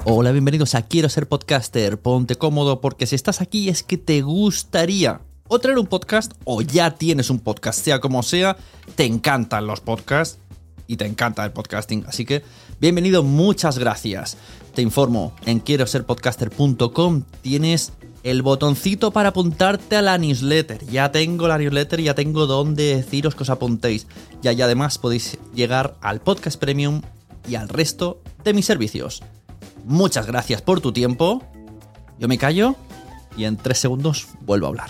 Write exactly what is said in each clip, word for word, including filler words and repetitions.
Hola, bienvenidos a Quiero Ser Podcaster. Ponte cómodo porque si estás aquí es que te gustaría o traer un podcast o ya tienes un podcast, sea como sea, te encantan los podcasts y te encanta el podcasting. Así que bienvenido, muchas gracias. Te informo, en quiero ser podcaster punto com tienes el botoncito para apuntarte a la newsletter. Ya tengo la newsletter, ya tengo donde deciros que os apuntéis. Ya y además podéis llegar al podcast premium y al resto de mis servicios. Muchas gracias por tu tiempo. Yo me callo y en tres segundos vuelvo a hablar.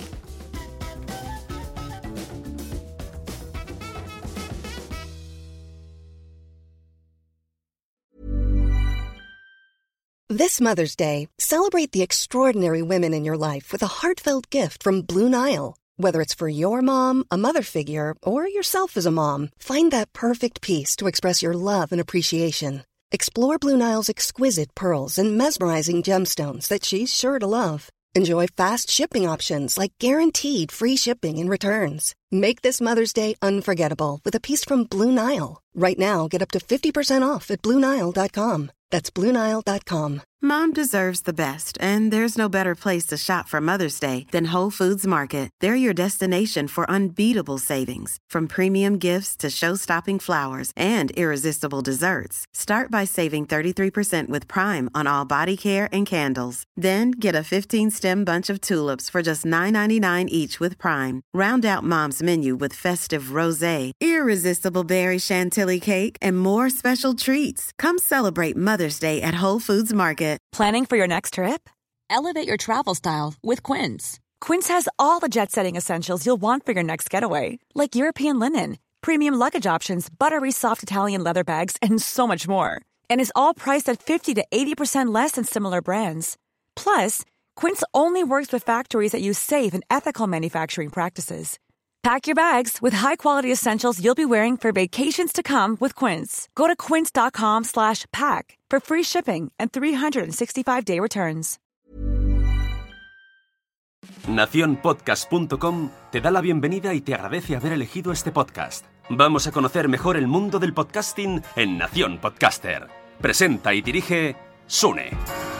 This Mother's Day, celebrate the extraordinary women in your life with a heartfelt gift from Blue Nile. Whether it's for your mom, a mother figure, or yourself as a mom, find that perfect piece to express your love and appreciation. Explore Blue Nile's exquisite pearls and mesmerizing gemstones that she's sure to love. Enjoy fast shipping options like guaranteed free shipping and returns. Make this Mother's Day unforgettable with a piece from Blue Nile. Right now, get up to fifty percent off at blue nile dot com. That's blue nile dot com. Mom deserves the best, and there's no better place to shop for Mother's Day than Whole Foods Market. They're your destination for unbeatable savings, from premium gifts to show-stopping flowers and irresistible desserts. Start by saving thirty-three percent with Prime on all body care and candles. Then get a fifteen-stem bunch of tulips for just nine ninety-nine each with Prime. Round out Mom's menu with festive rosé, irresistible berry chantilly cake, and more special treats. Come celebrate Mother's Day at Whole Foods Market. Planning for your next trip? Elevate your travel style with Quince. Quince has all the jet-setting essentials you'll want for your next getaway, like European linen, premium luggage options, buttery soft Italian leather bags, and so much more. And is all priced at fifty to eighty percent less than similar brands. Plus, Quince only works with factories that use safe and ethical manufacturing practices. Pack your bags with high-quality essentials you'll be wearing for vacations to come with Quince. Go to quince.com slash pack for free shipping and three sixty-five day returns. Nación Podcast punto com te da la bienvenida y te agradece haber elegido este podcast. Vamos a conocer mejor el mundo del podcasting en Nación Podcaster. Presenta y dirige Sune.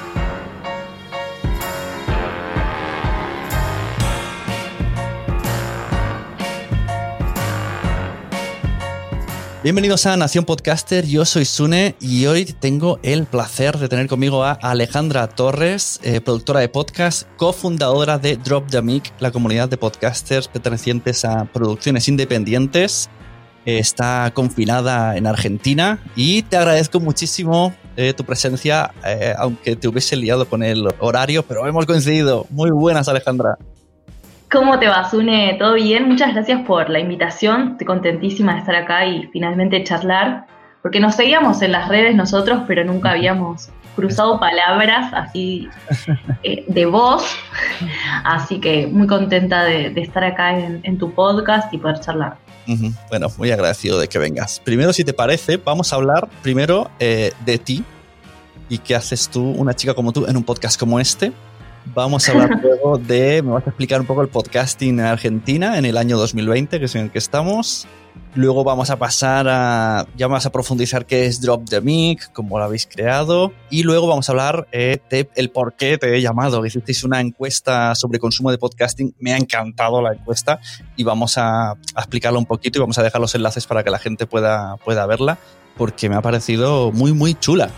Bienvenidos a Nación Podcaster, yo soy Sune y hoy tengo el placer de tener conmigo a Alejandra Torres, eh, productora de podcast, cofundadora de Drop the Mic, la comunidad de podcasters pertenecientes a producciones independientes. Eh, está confinada en Argentina y te agradezco muchísimo eh, tu presencia, eh, aunque te hubiese liado con el horario, pero hemos coincidido. Muy buenas, Alejandra. ¿Cómo te va, Sune? ¿Todo bien? Muchas gracias por la invitación. Estoy contentísima de estar acá y finalmente charlar, porque nos seguíamos en las redes nosotros, pero nunca habíamos cruzado palabras así eh, de voz. Así que muy contenta de, de estar acá en, en tu podcast y poder charlar. Uh-huh. Bueno, muy agradecido de que vengas. Primero, si te parece, vamos a hablar primero eh, de ti y qué haces tú, una chica como tú, en un podcast como este. Vamos a hablar luego de... Me vas a explicar un poco el podcasting en Argentina en el año dos mil veinte, que es en el que estamos. Luego vamos a pasar a... Ya vamos a profundizar qué es Drop the Mic, cómo lo habéis creado. Y luego vamos a hablar eh, de el por qué te he llamado. Hicisteis una encuesta sobre consumo de podcasting. Me ha encantado la encuesta y vamos a, a explicarla un poquito y vamos a dejar los enlaces para que la gente pueda, pueda verla, porque me ha parecido muy, muy chula.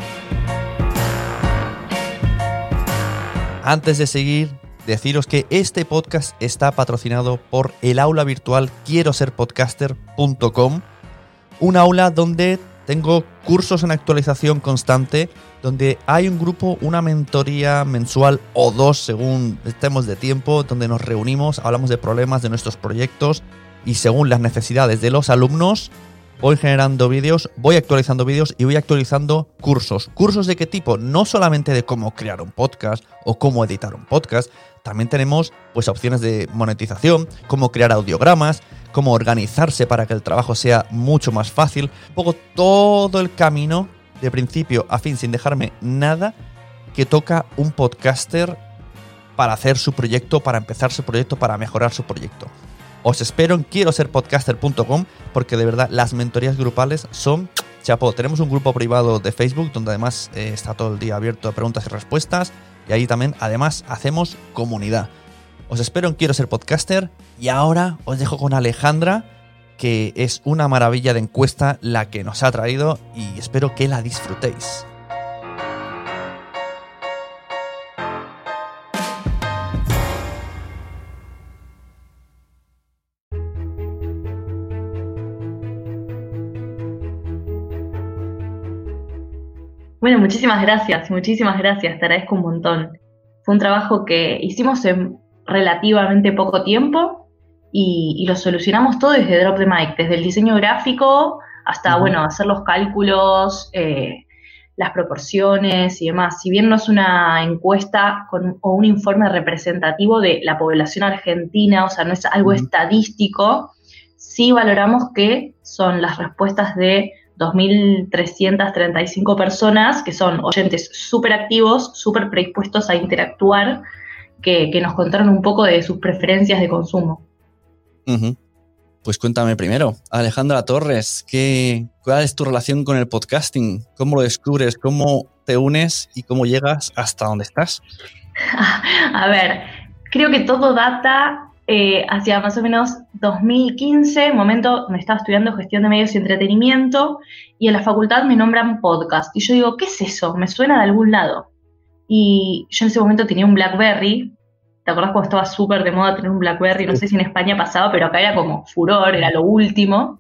Antes de seguir, deciros que este podcast está patrocinado por el aula virtual quiero ser podcaster punto com, un aula donde tengo cursos en actualización constante, donde hay un grupo, una mentoría mensual o dos según estemos de tiempo, donde nos reunimos, hablamos de problemas de nuestros proyectos y según las necesidades de los alumnos voy generando vídeos, voy actualizando vídeos y voy actualizando cursos. ¿Cursos de qué tipo? No solamente de cómo crear un podcast o cómo editar un podcast. También tenemos pues opciones de monetización, cómo crear audiogramas, cómo organizarse para que el trabajo sea mucho más fácil. Un poco todo el camino de principio a fin, sin dejarme nada, que toca un podcaster para hacer su proyecto, para empezar su proyecto, para mejorar su proyecto. Os espero en quiero ser podcaster punto com porque de verdad las mentorías grupales son chapó. Tenemos un grupo privado de Facebook donde además eh, está todo el día abierto a preguntas y respuestas. Y ahí también, además, hacemos comunidad. Os espero en Quiero Ser Podcaster. Y ahora os dejo con Alejandra, que es una maravilla de encuesta la que nos ha traído y espero que la disfrutéis. Bueno, muchísimas gracias, muchísimas gracias, te agradezco un montón. Fue un trabajo que hicimos en relativamente poco tiempo y, y lo solucionamos todo desde Drop the Mic, desde el diseño gráfico hasta, uh-huh. bueno, hacer los cálculos, eh, las proporciones y demás. Si bien no es una encuesta con, o un informe representativo de la población argentina, o sea, no es algo uh-huh. estadístico, sí valoramos que son las respuestas de dos mil trescientas treinta y cinco personas, que son oyentes súper activos, súper predispuestos a interactuar, que, que nos contaron un poco de sus preferencias de consumo. Uh-huh. Pues cuéntame primero, Alejandra Torres, ¿qué, ¿cuál es tu relación con el podcasting? ¿Cómo lo descubres? ¿Cómo te unes? ¿Y cómo llegas hasta donde estás? A ver, creo que todo data eh, hacia más o menos dos mil quince, momento me estaba estudiando gestión de medios y entretenimiento, y en la facultad me nombran podcast. Y yo digo, ¿qué es eso? Me suena de algún lado. Y yo en ese momento tenía un BlackBerry. ¿Te acordás cuando estaba súper de moda tener un BlackBerry? No sé si en España pasaba, pero acá era como furor, era lo último.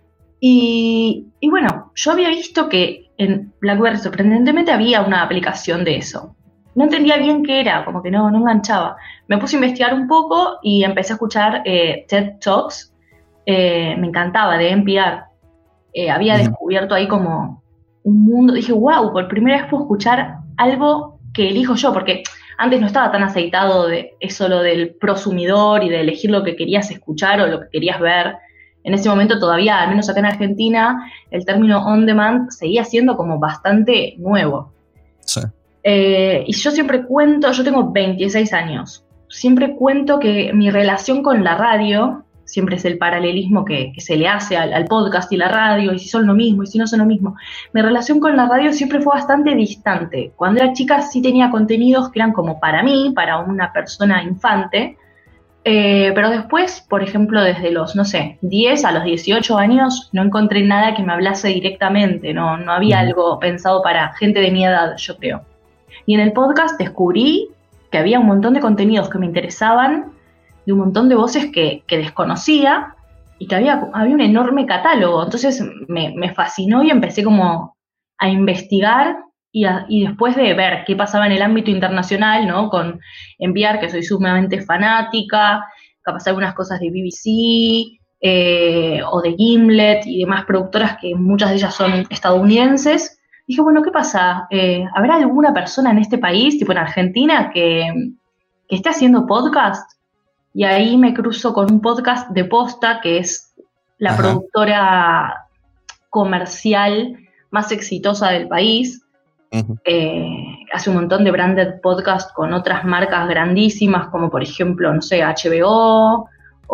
Y, y bueno, yo había visto que en BlackBerry sorprendentemente había una aplicación de eso. No entendía bien qué era, como que no, no enganchaba. Me puse a investigar un poco y empecé a escuchar eh, TED Talks. Eh, me encantaba, de N P R. Eh, había uh-huh. descubierto ahí como un mundo. Dije, wow, por primera vez puedo escuchar algo que elijo yo, porque antes no estaba tan aceitado de eso, lo del prosumidor y de elegir lo que querías escuchar o lo que querías ver. En ese momento todavía, al menos acá en Argentina, el término on demand seguía siendo como bastante nuevo. Sí. Eh, y yo siempre cuento, yo tengo veintiséis años, siempre cuento que mi relación con la radio, siempre es el paralelismo que, que se le hace al, al podcast y la radio, y si son lo mismo, y si no son lo mismo. Mi relación con la radio siempre fue bastante distante. Cuando era chica sí tenía contenidos que eran como para mí, para una persona infante, eh, pero después, por ejemplo, desde los, no sé, diez a los dieciocho años, no encontré nada que me hablase directamente, no, no había algo pensado para gente de mi edad, yo creo. Y en el podcast descubrí que había un montón de contenidos que me interesaban, de un montón de voces que, que desconocía, y que había, había un enorme catálogo. Entonces me, me fascinó y empecé como a investigar, y, a, y después de ver qué pasaba en el ámbito internacional, ¿no? Con N P R, que soy sumamente fanática, capaz algunas cosas de B B C, eh, o de Gimlet, y demás productoras que muchas de ellas son estadounidenses. Dije, bueno, ¿qué pasa? Eh, ¿Habrá alguna persona en este país, tipo en Argentina, que, que esté haciendo podcast? Y ahí me cruzo con un podcast de Posta, que es la Ajá. productora comercial más exitosa del país. Uh-huh. Eh, hace un montón de branded podcast con otras marcas grandísimas, como por ejemplo, no sé, H B O,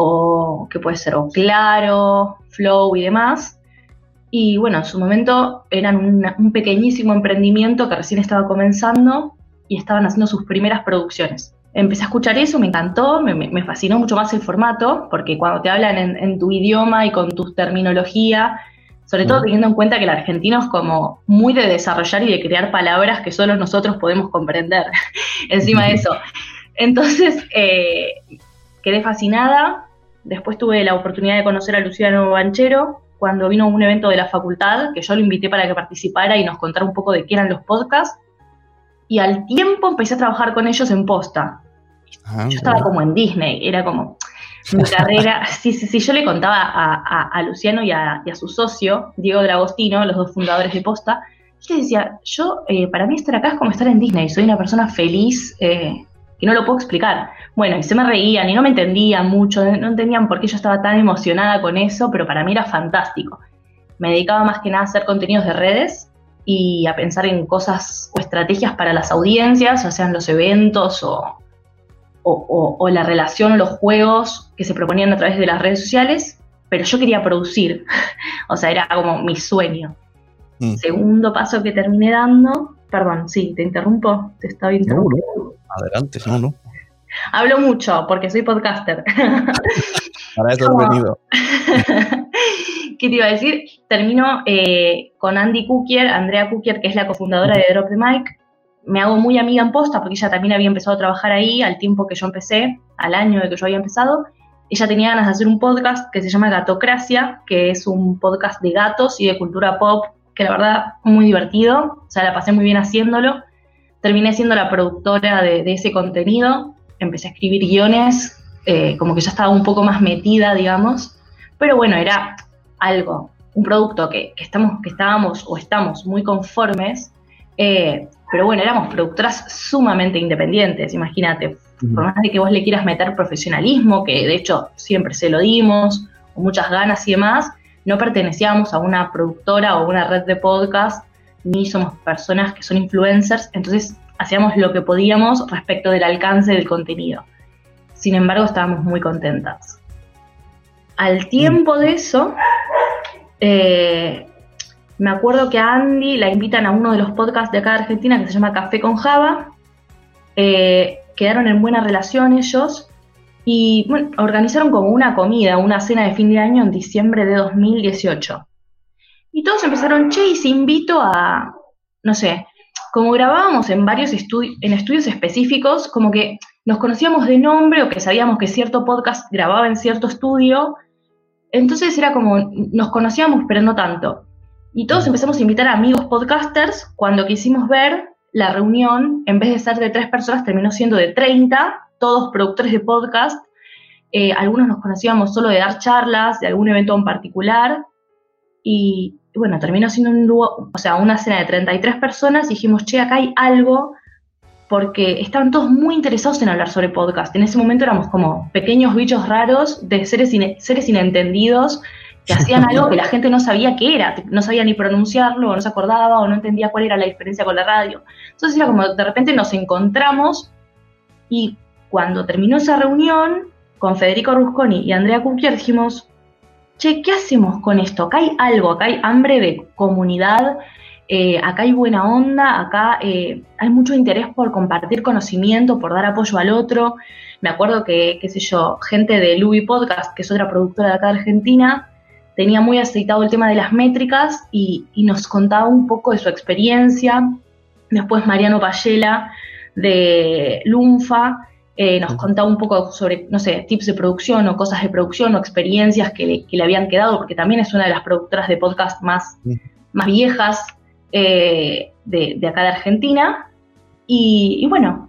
o que puede ser o Claro, Flow y demás. Y bueno, en su momento eran una, un pequeñísimo emprendimiento que recién estaba comenzando y estaban haciendo sus primeras producciones. Empecé a escuchar eso, me encantó, me, me fascinó mucho más el formato, porque cuando te hablan en, en tu idioma y con tu terminología, sobre todo teniendo en cuenta que el argentino es como muy de desarrollar y de crear palabras que solo nosotros podemos comprender encima de eso. Entonces, eh, quedé fascinada. Después tuve la oportunidad de conocer a Luciano Banchero, cuando vino a un evento de la facultad, que yo lo invité para que participara y nos contara un poco de qué eran los podcasts, y al tiempo empecé a trabajar con ellos en Posta. Ah, yo estaba bueno. como en Disney, era como mi carrera. Sí, sí, sí, yo le contaba a, a, a Luciano y a, y a su socio, Diego Dragostino, los dos fundadores de Posta, yo les decía, yo, eh, para mí estar acá es como estar en Disney, soy una persona feliz, eh, que no lo puedo explicar. Bueno, y se me reían y no me entendían mucho, no entendían por qué yo estaba tan emocionada con eso, pero para mí era fantástico. Me dedicaba más que nada a hacer contenidos de redes y a pensar en cosas o estrategias para las audiencias, o sean los eventos o, o, o, o la relación o los juegos que se proponían a través de las redes sociales, pero yo quería producir, o sea, era como mi sueño. Mm. Segundo paso que terminé dando, perdón, sí, te interrumpo, te estaba interrumpiendo. No, no. Adelante, no, no. Hablo mucho porque soy podcaster. Para eso has venido. ¿Qué te iba a decir? Termino eh, con Andy Kukier, Andrea Kukier, que es la cofundadora de Drop the Mic. Me hago muy amiga en posta porque ella también había empezado a trabajar ahí al tiempo que yo empecé, al año de que yo había empezado. Ella tenía ganas de hacer un podcast que se llama Gatocracia, que es un podcast de gatos y de cultura pop, que la verdad muy divertido, o sea, la pasé muy bien haciéndolo. Terminé siendo la productora de, de ese contenido, empecé a escribir guiones, eh, como que ya estaba un poco más metida, digamos, pero bueno, era algo, un producto que, que, estamos, que estábamos o estamos muy conformes, eh, pero bueno, éramos productoras sumamente independientes, imagínate, uh-huh. Por más de que vos le quieras meter profesionalismo, que de hecho siempre se lo dimos, con muchas ganas y demás, no pertenecíamos a una productora o una red de podcast, ni somos personas que son influencers, entonces hacíamos lo que podíamos respecto del alcance del contenido. Sin embargo, estábamos muy contentas. Al tiempo de eso, eh, me acuerdo que a Andy la invitan a uno de los podcasts de acá de Argentina que se llama Café con Java. Eh, quedaron en buena relación ellos y bueno, organizaron como una comida, una cena de fin de año en diciembre de dos mil dieciocho. Y todos empezaron, che, y se invito a, no sé, como grabábamos en varios estudi- en estudios específicos, como que nos conocíamos de nombre o que sabíamos que cierto podcast grababa en cierto estudio, entonces era como, nos conocíamos pero no tanto. Y todos empezamos a invitar a amigos podcasters. Cuando quisimos ver la reunión, en vez de ser de tres personas, terminó siendo de treinta, todos productores de podcast. Eh, algunos nos conocíamos solo de dar charlas, de algún evento en particular. Y bueno, terminó siendo un lugar, o sea, una cena de treinta y tres personas. Y dijimos, che, acá hay algo, porque estaban todos muy interesados en hablar sobre podcast. En ese momento éramos como pequeños bichos raros de seres, in- seres inentendidos que hacían algo que la gente no sabía qué era, no sabía ni pronunciarlo, o no se acordaba, o no entendía cuál era la diferencia con la radio. Entonces era como, de repente nos encontramos, y cuando terminó esa reunión, con Federico Rusconi y Andrea Kukier, dijimos, che, ¿qué hacemos con esto? Acá hay algo, acá hay hambre de comunidad, eh, acá hay buena onda, acá eh, hay mucho interés por compartir conocimiento, por dar apoyo al otro. Me acuerdo que, qué sé yo, gente de Lubi Podcast, que es otra productora de acá de Argentina, tenía muy aceitado el tema de las métricas y, y nos contaba un poco de su experiencia. Después Mariano Payela de Lunfa eh, nos contaba un poco sobre, no sé, tips de producción o cosas de producción o experiencias que le, que le habían quedado, porque también es una de las productoras de podcast más, más viejas eh, de, de acá de Argentina. Y, y bueno,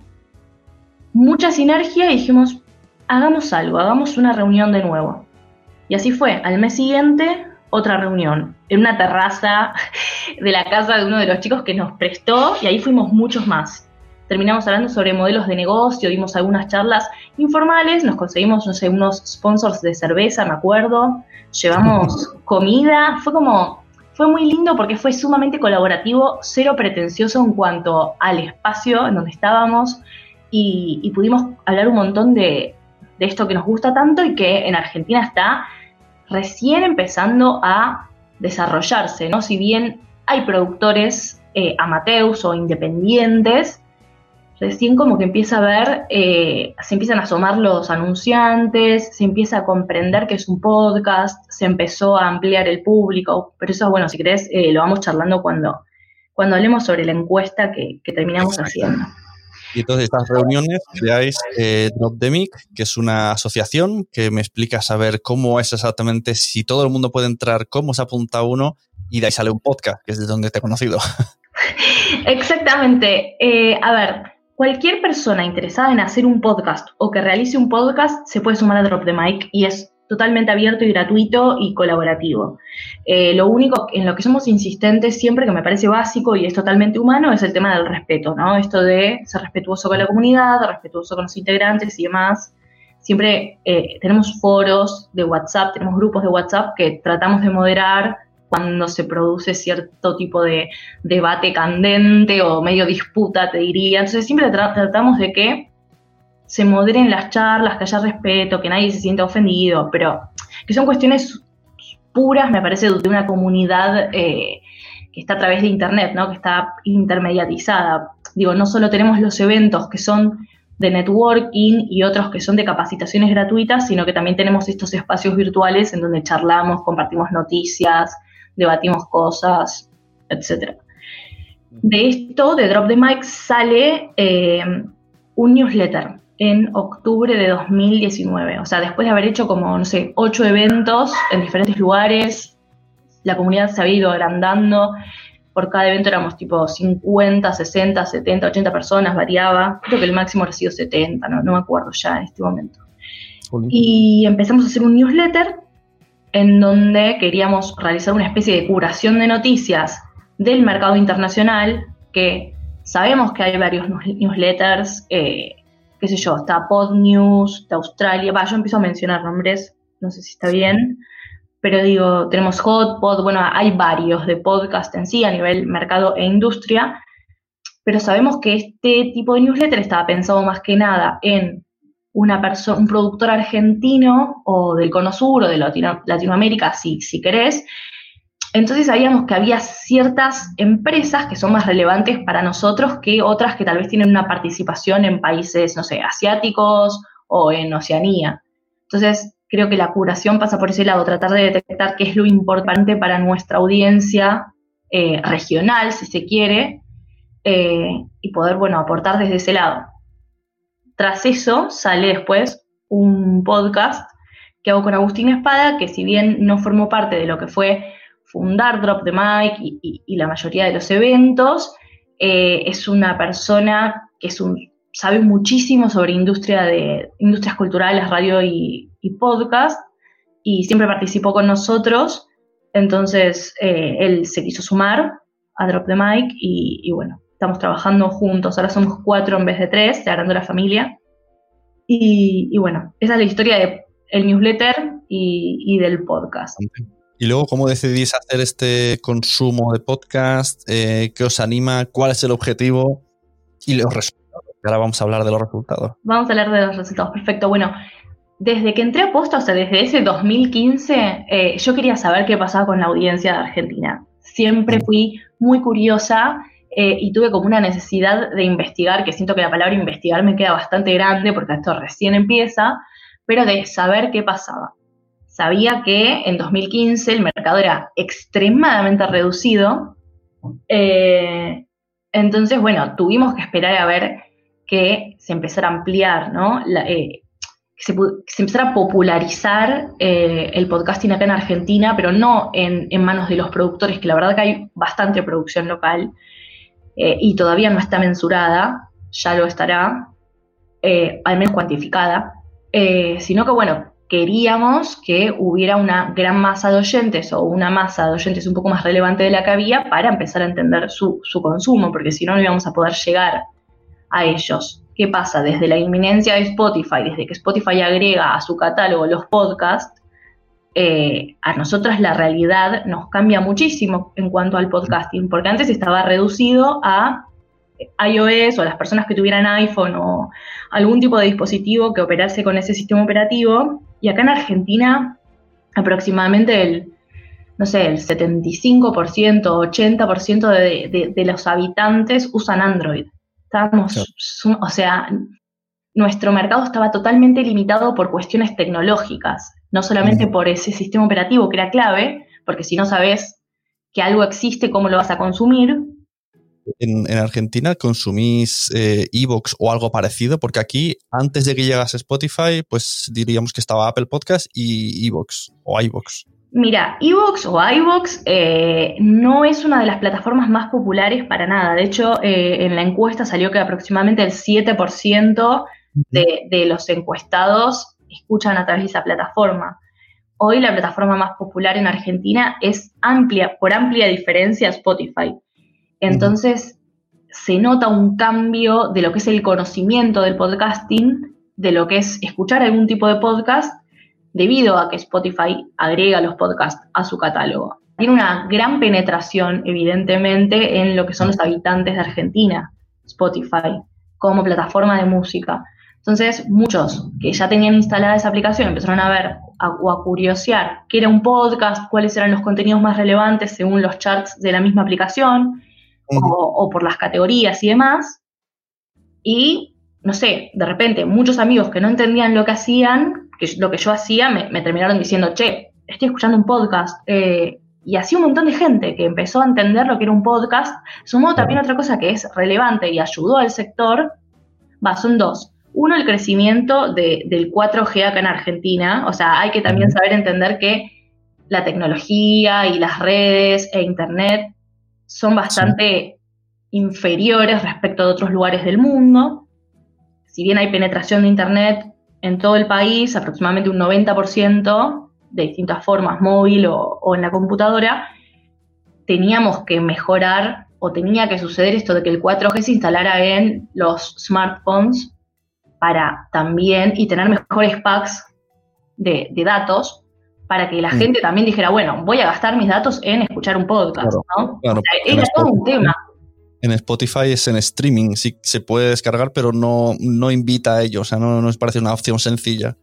mucha sinergia y dijimos, hagamos algo, hagamos una reunión de nuevo. Y así fue, al mes siguiente, otra reunión, en una terraza de la casa de uno de los chicos que nos prestó, y ahí fuimos muchos más. Terminamos hablando sobre modelos de negocio, dimos algunas charlas informales, nos conseguimos, no sé, unos sponsors de cerveza, me acuerdo, llevamos comida, fue como, fue muy lindo porque fue sumamente colaborativo, cero pretencioso en cuanto al espacio en donde estábamos, y, y pudimos hablar un montón de... de esto que nos gusta tanto y que en Argentina está recién empezando a desarrollarse, ¿no? Si bien hay productores eh, amateurs o independientes, recién como que empieza a ver, eh, se empiezan a asomar los anunciantes, se empieza a comprender que es un podcast, se empezó a ampliar el público, pero eso, bueno, si querés, eh, lo vamos charlando cuando, cuando hablemos sobre la encuesta que, que terminamos haciendo. Y entonces estas reuniones creáis eh, Drop the Mic, que es una asociación que me explica saber cómo es exactamente, si todo el mundo puede entrar, cómo se apunta uno, y de ahí sale un podcast, que es de donde te he conocido. Exactamente. Eh, a ver, cualquier persona interesada en hacer un podcast o que realice un podcast se puede sumar a Drop the Mic y es totalmente abierto y gratuito y colaborativo. Eh, lo único en lo que somos insistentes siempre, que me parece básico y es totalmente humano, es el tema del respeto, ¿no? Esto de ser respetuoso con la comunidad, respetuoso con los integrantes y demás. Siempre eh, tenemos foros de WhatsApp, tenemos grupos de WhatsApp que tratamos de moderar cuando se produce cierto tipo de debate candente o medio disputa, te diría. Entonces siempre tra- tratamos de que se moderen las charlas, que haya respeto, que nadie se sienta ofendido, pero que son cuestiones puras, me parece, de una comunidad eh, que está a través de internet, ¿no? Que está intermediatizada. Digo, no solo tenemos los eventos que son de networking y otros que son de capacitaciones gratuitas, sino que también tenemos estos espacios virtuales en donde charlamos, compartimos noticias, debatimos cosas, etcétera. De esto, de Drop the Mic, sale eh, un newsletter en octubre de dos mil diecinueve. O sea, después de haber hecho como, no sé, ocho eventos en diferentes lugares, la comunidad se había ido agrandando. Por cada evento éramos tipo cincuenta, sesenta, setenta, ochenta personas, variaba. Creo que el máximo ha sido setenta, no, no me acuerdo ya en este momento. Jolín. Y empezamos a hacer un newsletter en donde queríamos realizar una especie de curación de noticias del mercado internacional, que sabemos que hay varios newsletters, eh, qué sé yo, está PodNews, de Australia, va, yo empiezo a mencionar nombres, no sé si está bien, pero digo, tenemos HotPod, bueno, hay varios de podcast en sí a nivel mercado e industria, pero sabemos que este tipo de newsletter estaba pensado más que nada en una persona, un productor argentino o del Cono Sur o de Latino, Latinoamérica, si, si querés. Entonces sabíamos que había ciertas empresas que son más relevantes para nosotros que otras que tal vez tienen una participación en países, no sé, asiáticos o en Oceanía. Entonces creo que la curación pasa por ese lado, tratar de detectar qué es lo importante para nuestra audiencia eh, regional, si se quiere, eh, y poder, bueno, aportar desde ese lado. Tras eso sale después un podcast que hago con Agustín Espada, que si bien no formó parte de lo que fue fundar Drop the Mic y, y, y la mayoría de los eventos, eh, es una persona que es un, sabe muchísimo sobre industria de, industrias culturales, radio y, y podcast, y siempre participó con nosotros, entonces eh, él se quiso sumar a Drop the Mic y, y bueno, estamos trabajando juntos, ahora somos cuatro en vez de tres, Integrando la Familia, y, y bueno, esa es la historia del newsletter y, y del podcast. Y luego, ¿cómo decidís hacer este consumo de podcast? Eh, ¿Qué os anima? ¿Cuál es el objetivo? Y los resultados. Ahora vamos a hablar de los resultados. Vamos a hablar de los resultados, perfecto. Bueno, desde que entré a Posta, o sea, desde ese dos mil quince, eh, yo quería saber qué pasaba con la audiencia de Argentina. Siempre fui muy curiosa eh, y tuve como una necesidad de investigar, que siento que la palabra investigar me queda bastante grande porque esto recién empieza, pero de saber qué pasaba. Sabía que en dos mil quince el mercado era extremadamente reducido, eh, entonces, bueno, tuvimos que esperar a ver que se empezara a ampliar, ¿no? La, eh, que, se, que se empezara a popularizar eh, el podcasting acá en Argentina, pero no en, en manos de los productores, que la verdad que hay bastante producción local eh, y todavía no está mensurada, ya lo estará, eh, al menos cuantificada, eh, sino que, bueno, queríamos que hubiera una gran masa de oyentes o una masa de oyentes un poco más relevante de la que había para empezar a entender su, su consumo, porque si no, no íbamos a poder llegar a ellos. ¿Qué pasa? Desde la inminencia de Spotify, desde que Spotify agrega a su catálogo los podcasts, eh, a nosotras la realidad nos cambia muchísimo en cuanto al podcasting, porque antes estaba reducido a iOS o a las personas que tuvieran iPhone o algún tipo de dispositivo que operase con ese sistema operativo, y acá en Argentina aproximadamente el, no sé, el setenta y cinco por ciento, ochenta por ciento de, de, de los habitantes usan Android. Estábamos, claro. O sea, nuestro mercado estaba totalmente limitado por cuestiones tecnológicas, no solamente uh-huh. por ese sistema operativo que era clave, porque si no sabes que algo existe, ¿cómo lo vas a consumir? En, en Argentina consumís eh, iVoox o algo parecido, porque aquí antes de que llegase Spotify, pues diríamos que estaba Apple Podcast y iVoox o iVoox. Mira, iVoox o iVoox eh, no es una de las plataformas más populares para nada. De hecho, eh, en la encuesta salió que aproximadamente el siete por ciento de, de los encuestados escuchan a través de esa plataforma. Hoy la plataforma más popular en Argentina es amplia, por amplia diferencia, Spotify. Entonces, uh-huh. se nota un cambio de lo que es el conocimiento del podcasting, de lo que es escuchar algún tipo de podcast, debido a que Spotify agrega los podcasts a su catálogo. Tiene una gran penetración, evidentemente, en lo que son los habitantes de Argentina, Spotify, como plataforma de música. Entonces, muchos que ya tenían instalada esa aplicación empezaron a ver a, o a curiosear qué era un podcast, cuáles eran los contenidos más relevantes según los charts de la misma aplicación, uh-huh. o, o por las categorías y demás. Y, no sé, de repente muchos amigos que no entendían lo que hacían, que lo que yo hacía, me, me terminaron diciendo, che, estoy escuchando un podcast. Eh, y así un montón de gente que empezó a entender lo que era un podcast. Sumó también otra cosa que es relevante y ayudó al sector. Va, son dos. Uno, el crecimiento de, del cuatro G acá en Argentina. O sea, hay que también saber entender que la tecnología y las redes e internet son bastante sí. inferiores respecto a otros lugares del mundo. Si bien hay penetración de internet en todo el país, aproximadamente un noventa por ciento de distintas formas, móvil o, o en la computadora, teníamos que mejorar o tenía que suceder esto de que el cuatro G se instalara en los smartphones para también, y tener mejores packs de, de datos, para que la sí. gente también dijera, bueno, voy a gastar mis datos en escuchar un podcast, claro, ¿no? Claro, o sea, era todo un tema. En Spotify es en streaming, sí se puede descargar, pero no, no invita a ello, o sea, no nos parece una opción sencilla.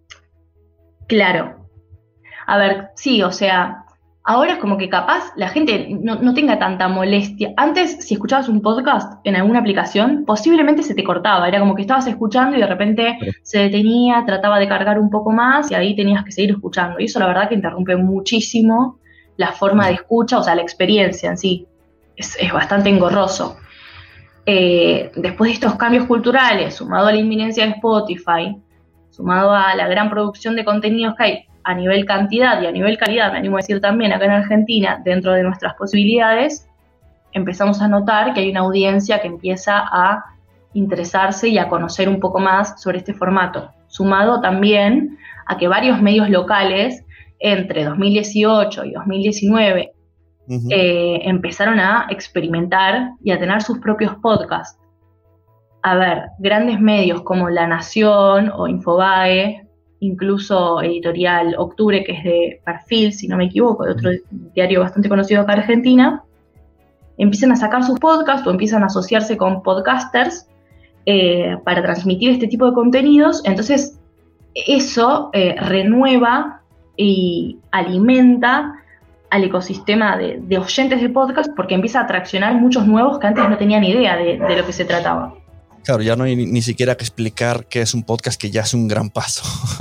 Claro. A ver, sí, o sea, ahora es como que capaz la gente no, no tenga tanta molestia. Antes, si escuchabas un podcast en alguna aplicación, posiblemente se te cortaba. Era como que estabas escuchando y de repente sí. se detenía, trataba de cargar un poco más y ahí tenías que seguir escuchando. Y eso la verdad que interrumpe muchísimo la forma sí. de escucha, o sea, la experiencia en sí. Es, es bastante engorroso. Eh, después de estos cambios culturales, sumado a la inminencia de Spotify, sumado a la gran producción de contenidos que hay a nivel cantidad y a nivel calidad, me animo a decir también acá en Argentina, dentro de nuestras posibilidades, empezamos a notar que hay una audiencia que empieza a interesarse y a conocer un poco más sobre este formato. Sumado también a que varios medios locales, entre dos mil dieciocho y dos mil diecinueve, uh-huh. eh, empezaron a experimentar y a tener sus propios podcasts. A ver, grandes medios como La Nación o Infobae, incluso Editorial Octubre, que es de Perfil, si no me equivoco, de otro diario bastante conocido acá en Argentina, empiezan a sacar sus podcasts o empiezan a asociarse con podcasters eh, para transmitir este tipo de contenidos. Entonces, eso eh, renueva y alimenta al ecosistema de, de oyentes de podcast, porque empieza a atraccionar muchos nuevos que antes no tenían idea de, de lo que se trataba. Claro, ya no hay ni, ni siquiera que explicar qué es un podcast, que ya es un gran paso.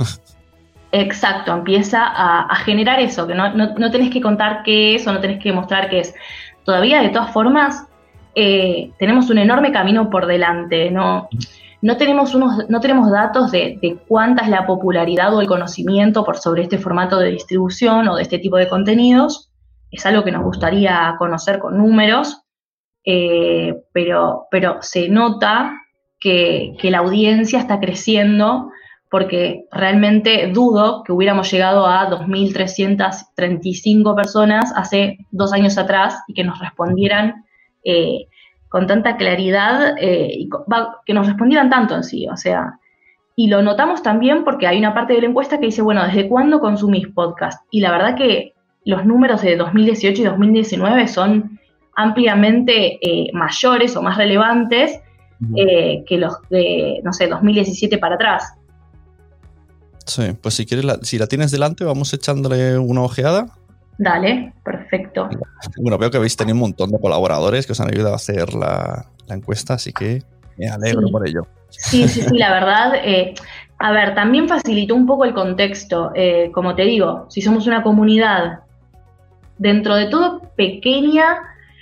Exacto, empieza a, a generar eso, que no, no, no tenés que contar qué es o no tenés que mostrar qué es. Todavía, de todas formas, eh, tenemos un enorme camino por delante, ¿no? No tenemos, unos, no tenemos datos de, de cuánta es la popularidad o el conocimiento por sobre este formato de distribución o de este tipo de contenidos. Es algo que nos gustaría conocer con números, eh, pero, pero se nota Que, que la audiencia está creciendo, porque realmente dudo que hubiéramos llegado a dos mil trescientas treinta y cinco personas hace dos años atrás y que nos respondieran eh, con tanta claridad, eh, y va, que nos respondieran tanto en sí, o sea, y lo notamos también porque hay una parte de la encuesta que dice, bueno, ¿desde cuándo consumís podcast? Y la verdad que los números de dos mil dieciocho y dos mil diecinueve son ampliamente eh, mayores o más relevantes Eh, que los de, no sé, dos mil diecisiete para atrás. Sí, pues si quieres, la, si la tienes delante, vamos echándole una ojeada. Dale, perfecto. Bueno, veo que habéis tenido un montón de colaboradores que os han ayudado a hacer la, la encuesta, así que me alegro sí. por ello. Sí, sí, sí, la verdad. Eh, a ver, también facilitó un poco el contexto. Eh, como te digo, si somos una comunidad dentro de todo pequeña,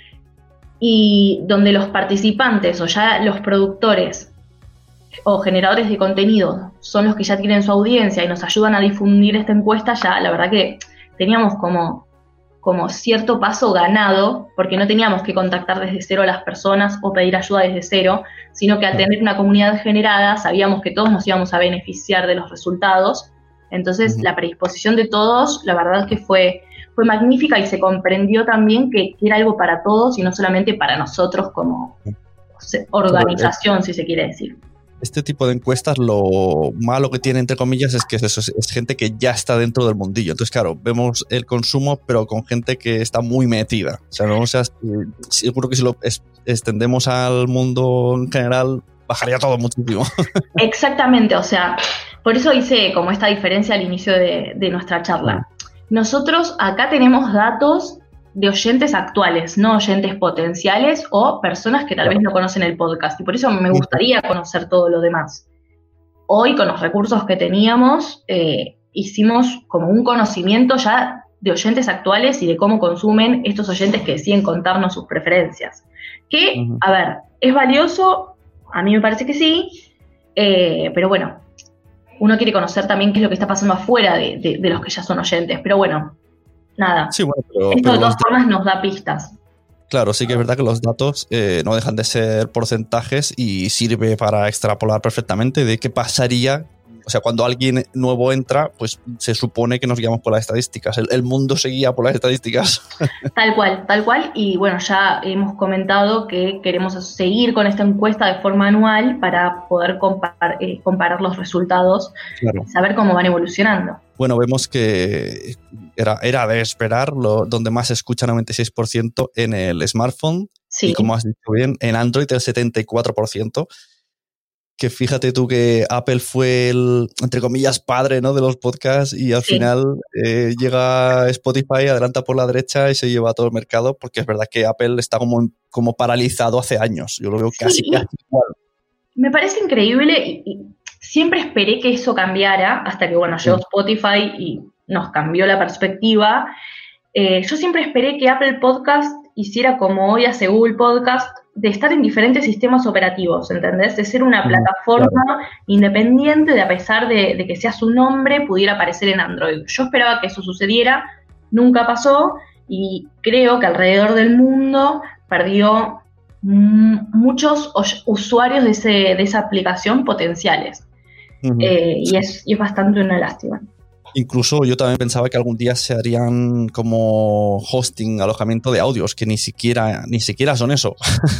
y donde los participantes o ya los productores o generadores de contenido son los que ya tienen su audiencia y nos ayudan a difundir esta encuesta, ya la verdad que teníamos como, como cierto paso ganado, porque no teníamos que contactar desde cero a las personas o pedir ayuda desde cero, sino que al tener una comunidad generada sabíamos que todos nos íbamos a beneficiar de los resultados. Entonces, uh-huh. la predisposición de todos, la verdad es que fue... fue magnífica y se comprendió también que era algo para todos y no solamente para nosotros como organización, si se quiere decir. Este tipo de encuestas, lo malo que tiene, entre comillas, es que es, eso, es gente que ya está dentro del mundillo. Entonces, claro, vemos el consumo, pero con gente que está muy metida. O sea, no, o sea seguro que si lo es, extendemos al mundo en general, bajaría todo muchísimo. Exactamente, o sea... Por eso hice como esta diferencia al inicio de, de nuestra charla. Nosotros acá tenemos datos de oyentes actuales, no oyentes potenciales o personas que tal vez no conocen el podcast. Y por eso me gustaría conocer todo lo demás. Hoy, con los recursos que teníamos, eh, hicimos como un conocimiento ya de oyentes actuales y de cómo consumen estos oyentes que deciden contarnos sus preferencias. Que, uh-huh. a ver, ¿es valioso? A mí me parece que sí, eh, pero bueno, uno quiere conocer también qué es lo que está pasando afuera de, de, de los que ya son oyentes. Pero bueno, nada. Sí, bueno, pero, esto pero de todas los... formas nos da pistas. Claro, sí que es verdad que los datos eh, no dejan de ser porcentajes y sirve para extrapolar perfectamente de qué pasaría. O sea, cuando alguien nuevo entra, pues se supone que nos guiamos por las estadísticas. El, el mundo se guía por las estadísticas. Tal cual, tal cual. Y bueno, ya hemos comentado que queremos seguir con esta encuesta de forma anual para poder comparar, eh, comparar los resultados, claro. Y saber cómo van evolucionando. Bueno, vemos que era, era de esperar, lo, donde más se escucha noventa y seis por ciento en el smartphone. Sí. Y como has dicho bien, en Android el setenta y cuatro por ciento. Que fíjate tú que Apple fue el, entre comillas, padre, ¿no?, de los podcasts y al sí. final eh, llega Spotify, adelanta por la derecha y se lleva a todo el mercado, porque es verdad que Apple está como, como paralizado hace años. Yo lo veo casi, sí, casi igual. Me parece increíble y, y siempre esperé que eso cambiara hasta que, bueno, llegó sí. Spotify y nos cambió la perspectiva. Eh, yo siempre esperé que Apple Podcast hiciera como hoy hace Google Podcast, de estar en diferentes sistemas operativos, ¿entendés? De ser una mm, plataforma claro. independiente, de a pesar de, de que sea su nombre, pudiera aparecer en Android. Yo esperaba que eso sucediera, nunca pasó, y creo que alrededor del mundo perdió m- muchos usuarios de, ese, de esa aplicación potenciales. Uh-huh. Eh, y, es, y es bastante una lástima. Incluso yo también pensaba que algún día se harían como hosting, alojamiento de audios, que ni siquiera, ni siquiera son eso.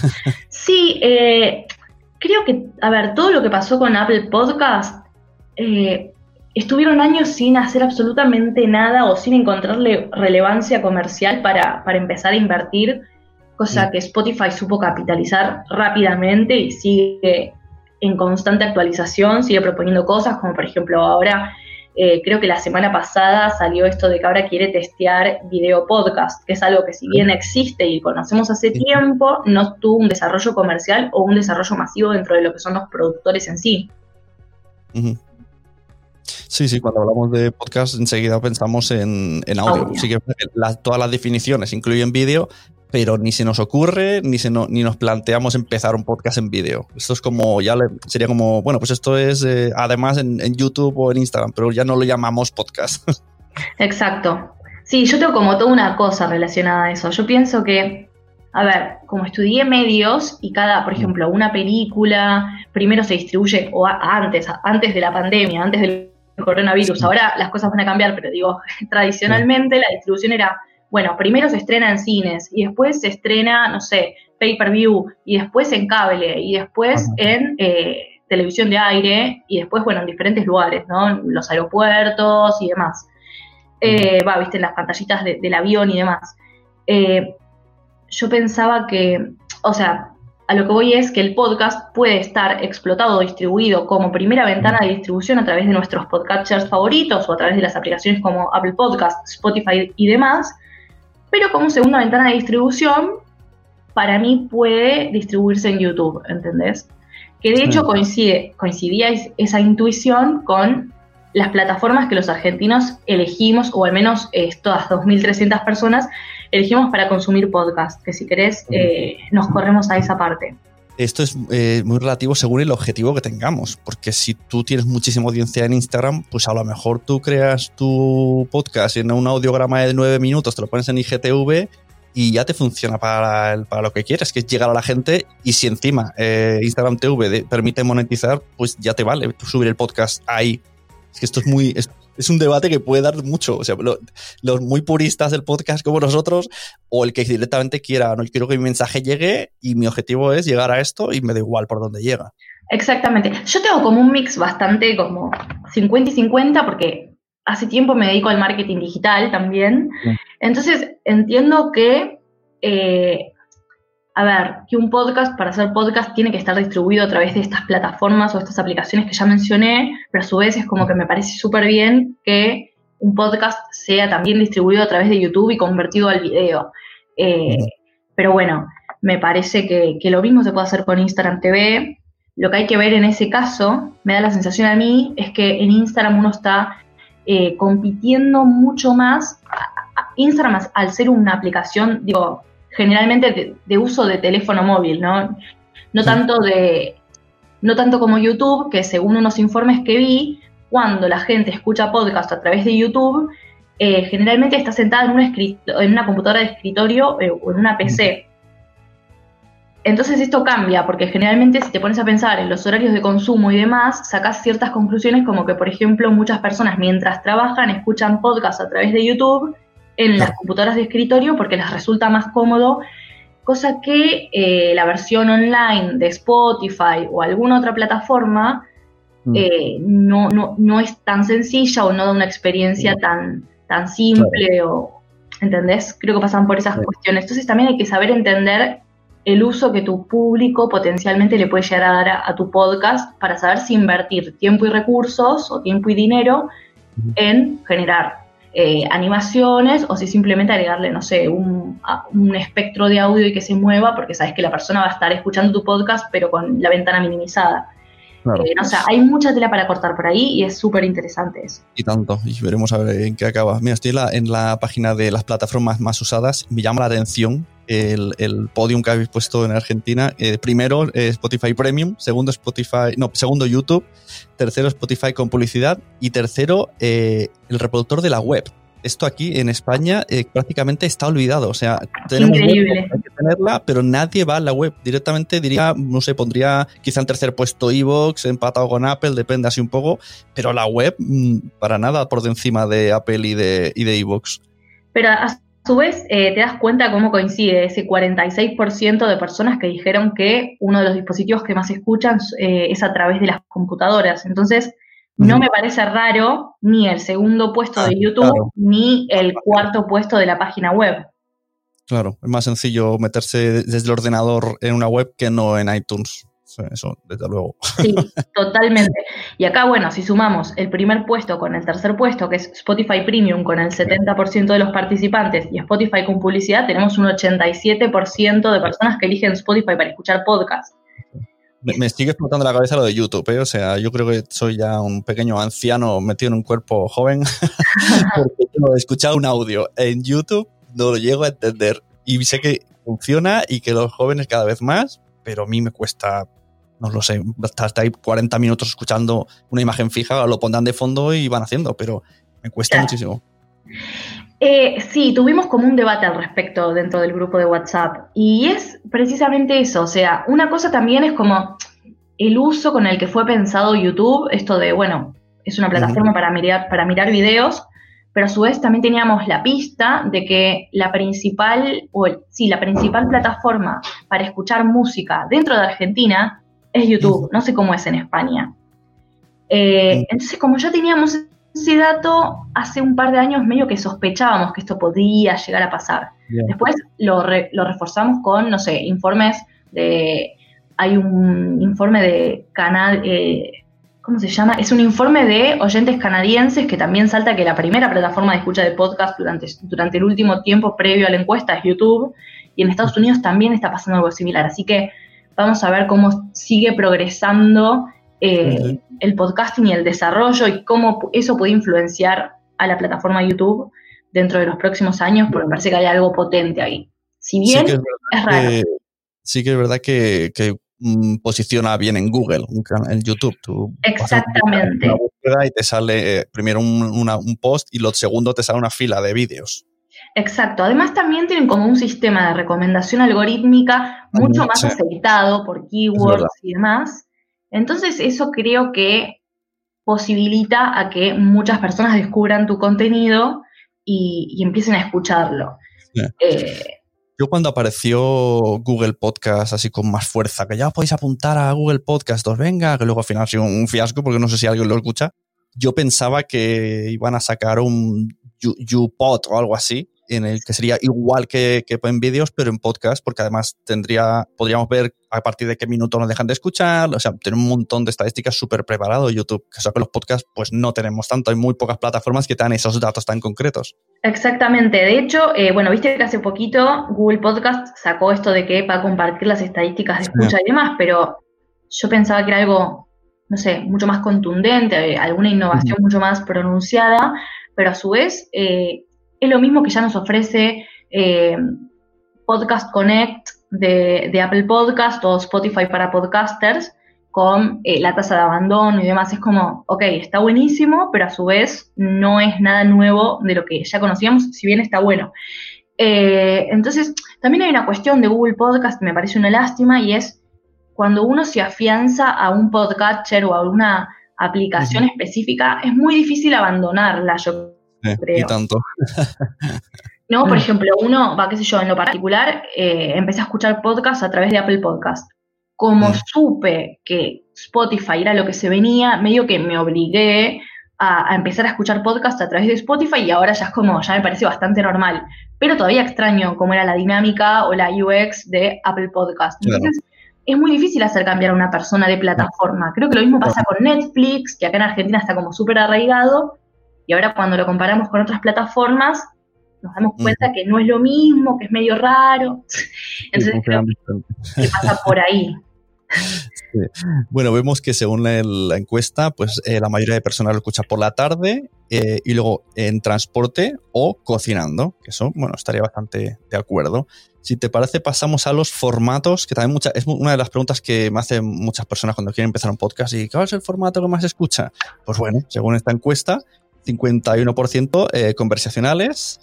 Sí, eh, creo que, a ver, todo lo que pasó con Apple Podcast, eh, estuvieron años sin hacer absolutamente nada o sin encontrarle relevancia comercial para, para empezar a invertir, cosa sí. que Spotify supo capitalizar rápidamente y sigue en constante actualización, sigue proponiendo cosas, como por ejemplo ahora... Eh, creo que la semana pasada salió esto de que ahora quiere testear video podcast, que es algo que si bien existe y conocemos hace tiempo, no tuvo un desarrollo comercial o un desarrollo masivo dentro de lo que son los productores en sí. Uh-huh. Sí, sí, cuando hablamos de podcast enseguida pensamos en, en audio. audio. Sí que la, todas las definiciones incluyen vídeo, pero ni se nos ocurre, ni, se no, ni nos planteamos empezar un podcast en vídeo. Esto es como, ya le, sería como, bueno, pues esto es eh, además en, en YouTube o en Instagram, pero ya no lo llamamos podcast. Exacto. Sí, yo tengo como toda una cosa relacionada a eso. Yo pienso que, a ver, como estudié medios y cada, por ejemplo, una película primero se distribuye, o a, antes, antes de la pandemia, antes del coronavirus, sí. Ahora las cosas van a cambiar, pero digo, tradicionalmente sí. La distribución era... Bueno, primero se estrena en cines y después se estrena, no sé, pay-per-view y después en cable y después Ajá. en eh, televisión de aire y después, bueno, en diferentes lugares, ¿no? Los aeropuertos y demás. Eh, va, viste, en las pantallitas de, del avión y demás. Eh, yo pensaba que, o sea, a lo que voy es que el podcast puede estar explotado o distribuido como primera ventana de distribución a través de nuestros podcatchers favoritos o a través de las aplicaciones como Apple Podcast, Spotify y demás. Pero como segunda ventana de distribución, para mí puede distribuirse en YouTube, ¿entendés? Que de hecho coincide, coincidía esa intuición con las plataformas que los argentinos elegimos, o al menos estas dos mil trescientas personas elegimos para consumir podcast, que si querés eh, nos corremos a esa parte. Esto es eh, muy relativo según el objetivo que tengamos, porque si tú tienes muchísima audiencia en Instagram, pues a lo mejor tú creas tu podcast en un audiograma de nueve minutos, te lo pones en I G T V y ya te funciona para, el, para lo que quieres, que es llegar a la gente, y si encima eh, Instagram T V de, permite monetizar, pues ya te vale subir el podcast ahí. Es que esto es muy... Es, Es un debate que puede dar mucho. O sea, lo, los muy puristas del podcast como nosotros, o el que directamente quiera, no quiero que mi mensaje llegue y mi objetivo es llegar a esto y me da igual por dónde llega. Exactamente. Yo tengo como un mix bastante como cincuenta y cincuenta porque hace tiempo me dedico al marketing digital también. Sí. Entonces entiendo que eh, a ver, que un podcast, para hacer podcast, tiene que estar distribuido a través de estas plataformas o estas aplicaciones que ya mencioné, pero a su vez es como que me parece súper bien que un podcast sea también distribuido a través de YouTube y convertido al video. Eh, uh-huh. Pero bueno, me parece que, que lo mismo se puede hacer con Instagram T V. Lo que hay que ver en ese caso, me da la sensación a mí, es que en Instagram uno está eh, compitiendo mucho más. Instagram, al ser una aplicación, digo, generalmente de, de uso de teléfono móvil, ¿no? No sí. tanto de, no tanto como YouTube, que según unos informes que vi, cuando la gente escucha podcast a través de YouTube, eh, generalmente está sentada en una, escrit- en una computadora de escritorio eh, o en una P C. Entonces esto cambia, porque generalmente si te pones a pensar en los horarios de consumo y demás, sacás ciertas conclusiones como que, por ejemplo, muchas personas mientras trabajan escuchan podcast a través de YouTube en las computadoras de escritorio porque les resulta más cómodo, cosa que eh, la versión online de Spotify o alguna otra plataforma mm. eh, no, no, no es tan sencilla o no da una experiencia tan, tan simple, claro. o, ¿entendés? Creo que pasan por esas sí. cuestiones. Entonces también hay que saber entender el uso que tu público potencialmente le puede llegar a dar a, a tu podcast para saber si invertir tiempo y recursos o tiempo y dinero mm. en generar Eh, animaciones o si simplemente agregarle, no sé, un, un espectro de audio y que se mueva porque sabes que la persona va a estar escuchando tu podcast pero con la ventana minimizada. Claro. Eh, no, o sea, hay mucha tela para cortar por ahí y es súper interesante eso. Y tanto, y veremos a ver en qué acaba. Mira, estoy en la, en la página de las plataformas más usadas, me llama la atención el, el podium que habéis puesto en Argentina. Eh, primero eh, Spotify Premium, segundo Spotify, no, segundo YouTube, tercero Spotify con publicidad y tercero eh, el reproductor de la web. Esto aquí en España eh, prácticamente está olvidado, o sea, tenemos Increíble. Web, hay que tenerla, pero nadie va a la web. Directamente diría, no sé, pondría quizá en tercer puesto iVoox, empatado con Apple, depende así un poco, pero la web para nada por de encima de Apple y de y de iVoox. Pero a su vez eh, te das cuenta cómo coincide ese cuarenta y seis por ciento de personas que dijeron que uno de los dispositivos que más escuchan eh, es a través de las computadoras. Entonces, no me parece raro ni el segundo puesto ah, de YouTube, claro. ni el cuarto puesto de la página web. Claro, es más sencillo meterse desde el ordenador en una web que no en iTunes. Eso, desde luego. Sí, totalmente. Y acá, bueno, si sumamos el primer puesto con el tercer puesto, que es Spotify Premium, con el setenta por ciento de los participantes, y Spotify con publicidad, tenemos un ochenta y siete por ciento de personas que eligen Spotify para escuchar podcast. Me, me sigue explotando la cabeza lo de YouTube, ¿eh? O sea, yo creo que soy ya un pequeño anciano metido en un cuerpo joven porque yo he escuchado un audio en YouTube, no lo llego a entender y sé que funciona y que los jóvenes cada vez más, pero a mí me cuesta, no lo sé, hasta ahí cuarenta minutos escuchando una imagen fija, lo pondrán de fondo y van haciendo, pero me cuesta claro. muchísimo. Eh, sí, tuvimos como un debate al respecto dentro del grupo de WhatsApp y es precisamente eso, o sea, una cosa también es como el uso con el que fue pensado YouTube, esto de, bueno, es una plataforma uh-huh. para mirar, para mirar videos, pero a su vez también teníamos la pista de que la principal, o el, sí, la principal plataforma para escuchar música dentro de Argentina es YouTube, uh-huh. no sé cómo es en España. Eh, uh-huh. Entonces, como ya teníamos ese dato, hace un par de años medio que sospechábamos que esto podía llegar a pasar. Yeah. Después lo, re, lo reforzamos con, no sé, informes de... Hay un informe de canal... Eh, ¿Cómo se llama? Es un informe de oyentes canadienses que también salta que la primera plataforma de escucha de podcast durante, durante el último tiempo previo a la encuesta es YouTube, y en Estados Unidos también está pasando algo similar. Así que vamos a ver cómo sigue progresando eh, uh-huh. el podcasting y el desarrollo y cómo eso puede influenciar a la plataforma YouTube dentro de los próximos años, porque me parece que hay algo potente ahí. Si bien sí que es, es raro. Que, sí que es verdad que... que posiciona bien en Google, en YouTube. Tú exactamente. Una búsqueda y te sale eh, primero un, una, un post y lo segundo te sale una fila de vídeos. Exacto. Además también tienen como un sistema de recomendación algorítmica mucho sí. más aceitado por keywords y demás. Entonces eso creo que posibilita a que muchas personas descubran tu contenido y, y empiecen a escucharlo. Sí. Eh, Yo cuando apareció Google Podcast así con más fuerza, que ya podéis apuntar a Google Podcast, os venga, que luego al final ha sido un fiasco porque no sé si alguien lo escucha, yo pensaba que iban a sacar un YouPod o algo así, en el que sería igual que, que en vídeos, pero en podcast, porque además tendría, podríamos ver a partir de qué minuto nos dejan de escuchar, o sea, tiene un montón de estadísticas súper preparado YouTube, que eso que los podcasts pues no tenemos tanto, hay muy pocas plataformas que te dan esos datos tan concretos. Exactamente, de hecho, eh, bueno, viste que hace poquito Google Podcast sacó esto de que va a compartir las estadísticas de escucha sí. y demás, pero yo pensaba que era algo, no sé, mucho más contundente, alguna innovación uh-huh. mucho más pronunciada, pero a su vez eh, es lo mismo que ya nos ofrece eh, Podcast Connect de, de Apple Podcast o Spotify para podcasters con eh, la tasa de abandono y demás. Es como, ok, está buenísimo, pero a su vez no es nada nuevo de lo que ya conocíamos, si bien está bueno. Eh, entonces, también hay una cuestión de Google Podcast que me parece una lástima, y es cuando uno se afianza a un podcatcher o a una aplicación uh-huh. específica, es muy difícil abandonarla, yo eh, creo. Y tanto. No, por ejemplo, uno, va, qué sé yo, en lo particular, eh, empecé a escuchar podcasts a través de Apple Podcast. Como uh-huh. supe que Spotify era lo que se venía, medio que me obligué a, a empezar a escuchar podcasts a través de Spotify, y ahora ya es como, ya me parece bastante normal. Pero todavía extraño cómo era la dinámica o la U X de Apple Podcast. Entonces, claro. es muy difícil hacer cambiar a una persona de plataforma. Creo que lo mismo pasa con Netflix, que acá en Argentina está como súper arraigado, y ahora cuando lo comparamos con otras plataformas, nos damos cuenta uh-huh. que no es lo mismo, que es medio raro. Entonces, sí, creo que pasa por ahí. Sí. Bueno, vemos que según la, la encuesta, pues eh, la mayoría de personas lo escucha por la tarde eh, y luego en transporte o cocinando, que eso, bueno, estaría bastante de acuerdo. Si te parece, pasamos a los formatos, que también mucha, es una de las preguntas que me hacen muchas personas cuando quieren empezar un podcast. ¿Y cuál es el formato que más se escucha? Pues bueno, según esta encuesta, cincuenta y uno por ciento eh, conversacionales,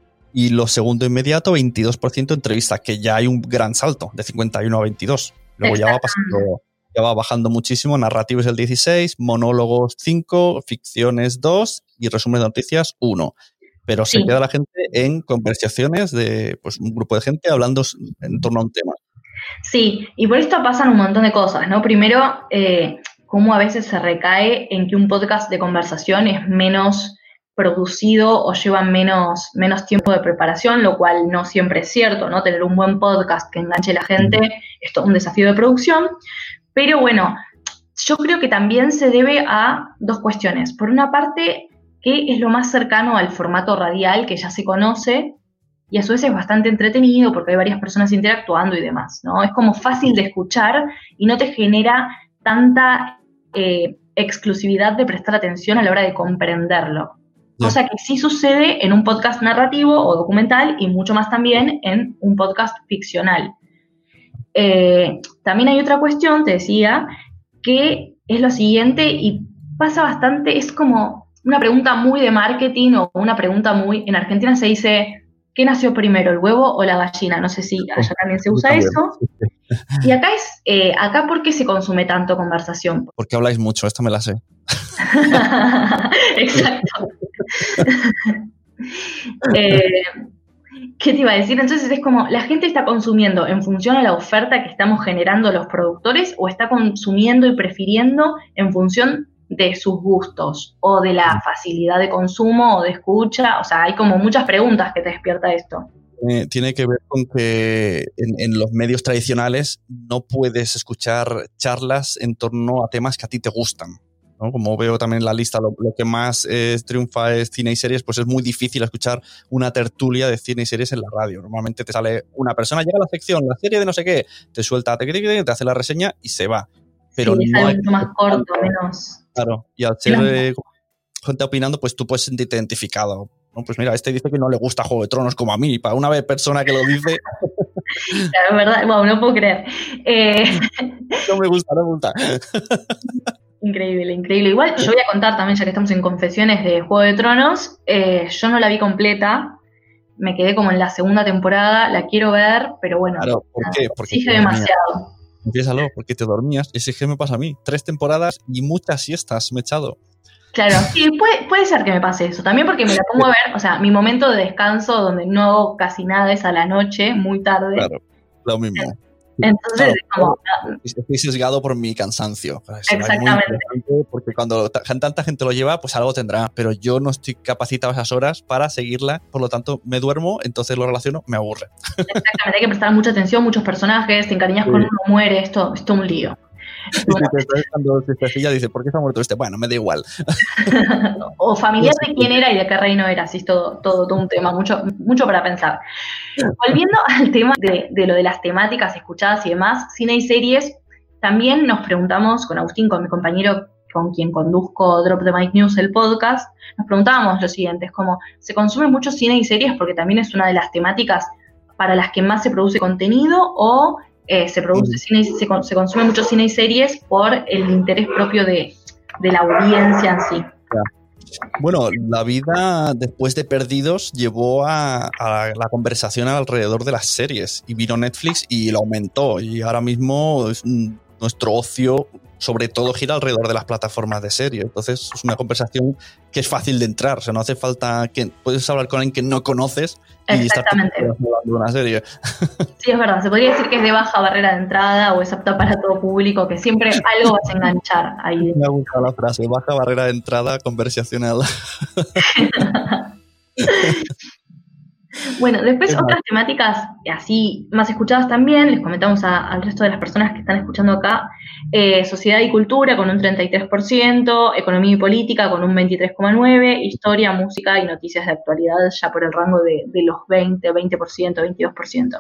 y lo segundo inmediato, veintidós por ciento entrevistas, que ya hay un gran salto de cincuenta y uno a veintidós. Luego ya va pasando, ya va bajando muchísimo. Narrativos el dieciséis, monólogos cinco, ficciones dos y resumen de noticias uno. Pero sí. se queda la gente en conversaciones de pues, un grupo de gente hablando en torno a un tema. Sí, y por esto pasan un montón de cosas, ¿no? Primero, eh, cómo a veces se recae en que un podcast de conversación es menos producido o lleva menos, menos tiempo de preparación, lo cual no siempre es cierto, ¿no? Tener un buen podcast que enganche a la gente es todo un desafío de producción. Pero bueno, yo creo que también se debe a dos cuestiones. Por una parte, que es lo más cercano al formato radial que ya se conoce, y a su vez es bastante entretenido porque hay varias personas interactuando y demás, ¿no? Es como fácil de escuchar y no te genera tanta eh, exclusividad de prestar atención a la hora de comprenderlo. Yeah. Cosa que sí sucede en un podcast narrativo o documental y mucho más también en un podcast ficcional. Eh, también hay otra cuestión, te decía, que es lo siguiente y pasa bastante, es como una pregunta muy de marketing o una pregunta muy, en Argentina se dice, ¿qué nació primero, el huevo o la gallina? No sé si allá también se usa eso. Y acá es, eh, acá ¿por qué se consume tanto conversación? Porque habláis mucho, esta me la sé. Exacto. eh, ¿Qué te iba a decir? Entonces es como, ¿la gente está consumiendo en función a la oferta que estamos generando los productores o está consumiendo y prefiriendo en función de sus gustos o de la facilidad de consumo o de escucha? O sea, hay como muchas preguntas que te despierta esto. Eh, tiene que ver con que en, en los medios tradicionales no puedes escuchar charlas en torno a temas que a ti te gustan, ¿no? Como veo también en la lista, lo, lo que más eh, triunfa es cine y series, pues es muy difícil escuchar una tertulia de cine y series en la radio. Normalmente te sale una persona, llega a la sección, la serie de no sé qué, te suelta, te, te hace la reseña y se va. Pero sí, no es mucho más corto, menos... Claro, y al ser eh, gente opinando, pues tú puedes sentirte identificado. ¿No? Pues mira, este dice que no le gusta Juego de Tronos como a mí, y para una vez persona que lo dice... Claro, es verdad, wow, no puedo creer. Eh... No me gusta, no me gusta. Increíble, increíble. Igual yo voy a contar también, ya que estamos en confesiones de Juego de Tronos, eh, yo no la vi completa, me quedé como en la segunda temporada, la quiero ver, pero bueno, claro, ¿por qué? Porque exige demasiado. Empiézalo, porque te dormías, ese que me pasa a mí, tres temporadas y muchas siestas me he echado. Claro, sí, puede, puede ser que me pase eso, también porque me la pongo a ver, o sea, mi momento de descanso donde no hago casi nada es a la noche, muy tarde. Claro, lo mismo. Entonces, claro, es como... estoy sesgado por mi cansancio. Exactamente. Porque cuando ta- tanta gente lo lleva, pues algo tendrá, pero yo no estoy capacitado esas horas para seguirla, por lo tanto me duermo, entonces lo relaciono, me aburre. Exactamente, hay que prestar mucha atención, muchos personajes, te encariñas sí. con uno, muere, esto es todo un lío. Bueno, cuando se silla dice, ¿por qué se ha muerto este? Bueno, me da igual. O familiar de quién era y de qué reino era, así es todo, todo, todo un tema, mucho, mucho para pensar. Volviendo al tema de, de lo de las temáticas escuchadas y demás, cine y series, también nos preguntamos con Agustín, con mi compañero con quien conduzco Drop the Mic News, el podcast, nos preguntábamos lo siguiente, es como, ¿se consume mucho cine y series porque también es una de las temáticas para las que más se produce contenido o Eh, se produce cine, se, se consume mucho cine y series por el interés propio de, de la audiencia en sí? Bueno, la vida después de Perdidos llevó a, a la conversación alrededor de las series y vino Netflix y lo aumentó y ahora mismo es, nuestro ocio sobre todo gira alrededor de las plataformas de series. Entonces es una conversación que es fácil de entrar, o sea, no hace falta que puedes hablar con alguien que no conoces y estar hablando de una serie. Sí, es verdad, se podría decir que es de baja barrera de entrada o es apta para todo público, que siempre algo vas a enganchar ahí. Me ha gustado la frase, baja barrera de entrada conversacional. Bueno, después otras temáticas así más escuchadas también, les comentamos a, al resto de las personas que están escuchando acá, eh, sociedad y cultura con un treinta y tres por ciento, economía y política con un veintitrés coma nueve por ciento, historia, música y noticias de actualidad ya por el rango de, de los veinte, veinte por ciento, veintidós por ciento.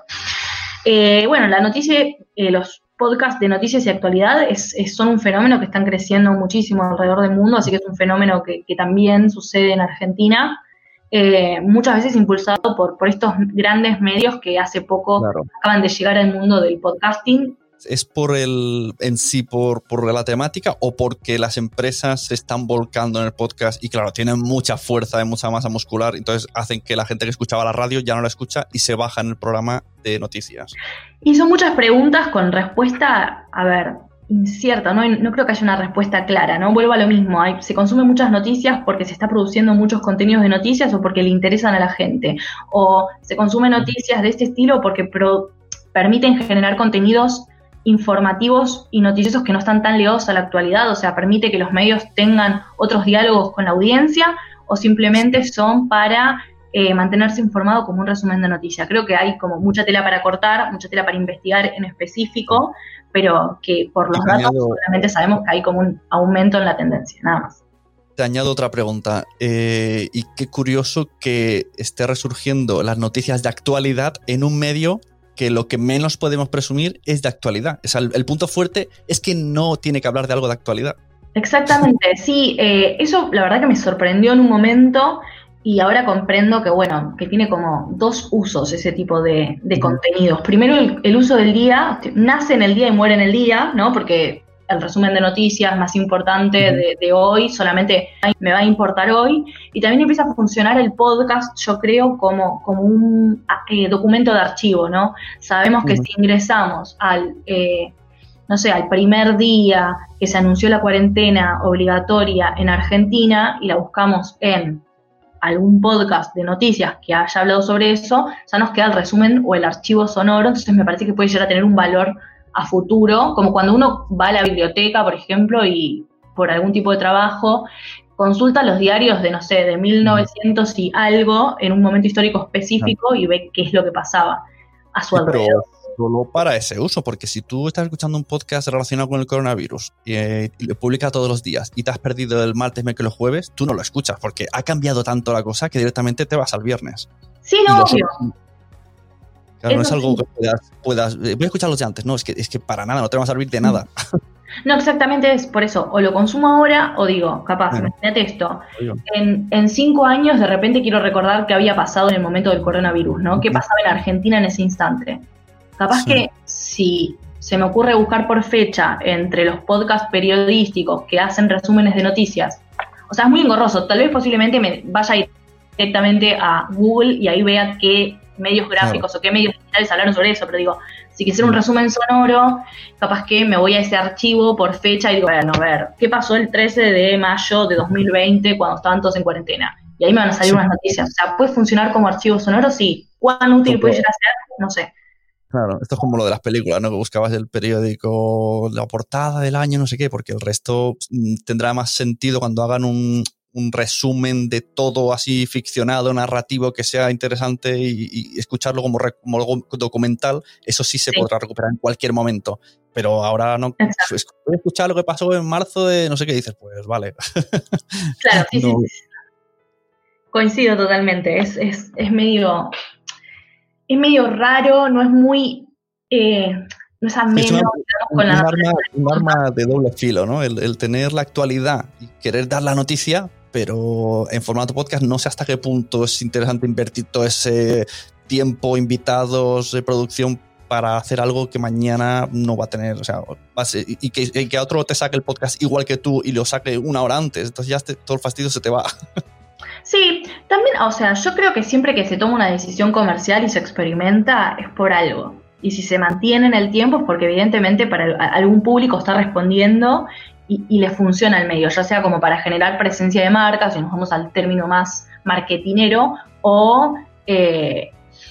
Eh, bueno, la noticia, eh, los podcasts de noticias y actualidad es, es, son un fenómeno que están creciendo muchísimo alrededor del mundo, así que es un fenómeno que, que también sucede en Argentina. Eh, muchas veces impulsado por, por estos grandes medios que hace poco claro. acaban de llegar al mundo del podcasting. ¿Es por el en sí, por, por la temática o porque las empresas se están volcando en el podcast y claro, tienen mucha fuerza y mucha masa muscular, entonces hacen que la gente que escuchaba la radio ya no la escucha y se baja en el programa de noticias? Y son muchas preguntas con respuesta, a ver, incierta, ¿no? No creo que haya una respuesta clara, ¿no? Vuelvo a lo mismo, hay, se consumen muchas noticias porque se está produciendo muchos contenidos de noticias o porque le interesan a la gente, o se consumen noticias de este estilo porque pro, permiten generar contenidos informativos y noticiosos que no están tan ligados a la actualidad, o sea, permite que los medios tengan otros diálogos con la audiencia, o simplemente son para eh, mantenerse informado como un resumen de noticias. Creo que hay como mucha tela para cortar, mucha tela para investigar en específico, pero que por los datos solamente sabemos que hay como un aumento en la tendencia, nada más. Te añado otra pregunta, eh, y qué curioso que esté resurgiendo las noticias de actualidad en un medio que lo que menos podemos presumir es de actualidad. O sea, el, el punto fuerte es que no tiene que hablar de algo de actualidad. Exactamente, sí, eh, eso la verdad que me sorprendió en un momento y ahora comprendo que, bueno, que tiene como dos usos ese tipo de, de contenidos. Primero, el, el uso del día, nace en el día y muere en el día, ¿no? Porque el resumen de noticias más importante de, de hoy solamente me va a importar hoy. Y también empieza a funcionar el podcast, yo creo, como, como un eh, documento de archivo, ¿no? Sabemos que si ingresamos al... Eh, no sé, al primer día que se anunció la cuarentena obligatoria en Argentina y la buscamos en algún podcast de noticias que haya hablado sobre eso, ya nos queda el resumen o el archivo sonoro, entonces me parece que puede llegar a tener un valor a futuro, como cuando uno va a la biblioteca, por ejemplo, y por algún tipo de trabajo consulta los diarios de, no sé, de mil novecientos y algo en un momento histórico específico y ve qué es lo que pasaba a su alrededor. Solo para ese uso, porque si tú estás escuchando un podcast relacionado con el coronavirus eh, y lo publica todos los días y te has perdido el martes, miércoles, jueves, tú no lo escuchas porque ha cambiado tanto la cosa que directamente te vas al viernes. Sí, no, obvio. Claro, no es algo que puedas, puedas eh, voy a escuchar los de antes, no, es que, es que para nada, no te va a servir de nada. No, exactamente es por eso, o lo consumo ahora o digo, capaz, bueno, imagínate esto, en, en cinco años de repente quiero recordar qué había pasado en el momento del coronavirus, ¿no? ¿Qué pasaba en Argentina en ese instante? Capaz sí. Que si se me ocurre buscar por fecha entre los podcasts periodísticos que hacen resúmenes de noticias, o sea, es muy engorroso, tal vez posiblemente me vaya directamente a Google y ahí vea qué medios gráficos claro. o qué medios digitales hablaron sobre eso, pero digo, si quisiera un resumen sonoro, capaz que me voy a ese archivo por fecha y digo, bueno, a ver, ¿qué pasó el trece de mayo de dos mil veinte cuando estaban todos en cuarentena? Y ahí me van a salir sí. unas noticias, o sea, ¿puede funcionar como archivo sonoro? Sí. ¿Cuán útil puede llegar a ser? No sé. Claro, esto es como lo de las películas, ¿no? Que buscabas el periódico, la portada del año, no sé qué, porque el resto tendrá más sentido cuando hagan un, un resumen de todo así ficcionado, narrativo, que sea interesante y, y escucharlo como, re, como documental. Eso sí se sí. podrá recuperar en cualquier momento. Pero ahora no. Pues, escuchar lo que pasó en marzo de no sé qué, dices, pues vale. Claro, sí, no. sí, sí. Coincido totalmente. Es, es, es medio. Es medio raro, no es muy, eh, no es ameno. Es una, un, con la un, arma, un arma de doble filo, ¿no? El, el tener la actualidad y querer dar la noticia, pero en formato podcast no sé hasta qué punto es interesante invertir todo ese tiempo, invitados, de producción para hacer algo que mañana no va a tener, o sea, va a ser, y, que, y que otro te saque el podcast igual que tú y lo saque una hora antes, entonces ya te, todo el fastidio se te va. Sí, también, o sea, yo creo que siempre que se toma una decisión comercial y se experimenta es por algo. Y si se mantiene en el tiempo es porque evidentemente para algún público está respondiendo y, y le funciona el medio, ya sea como para generar presencia de marca, si nos vamos al término más marketinero, o, eh,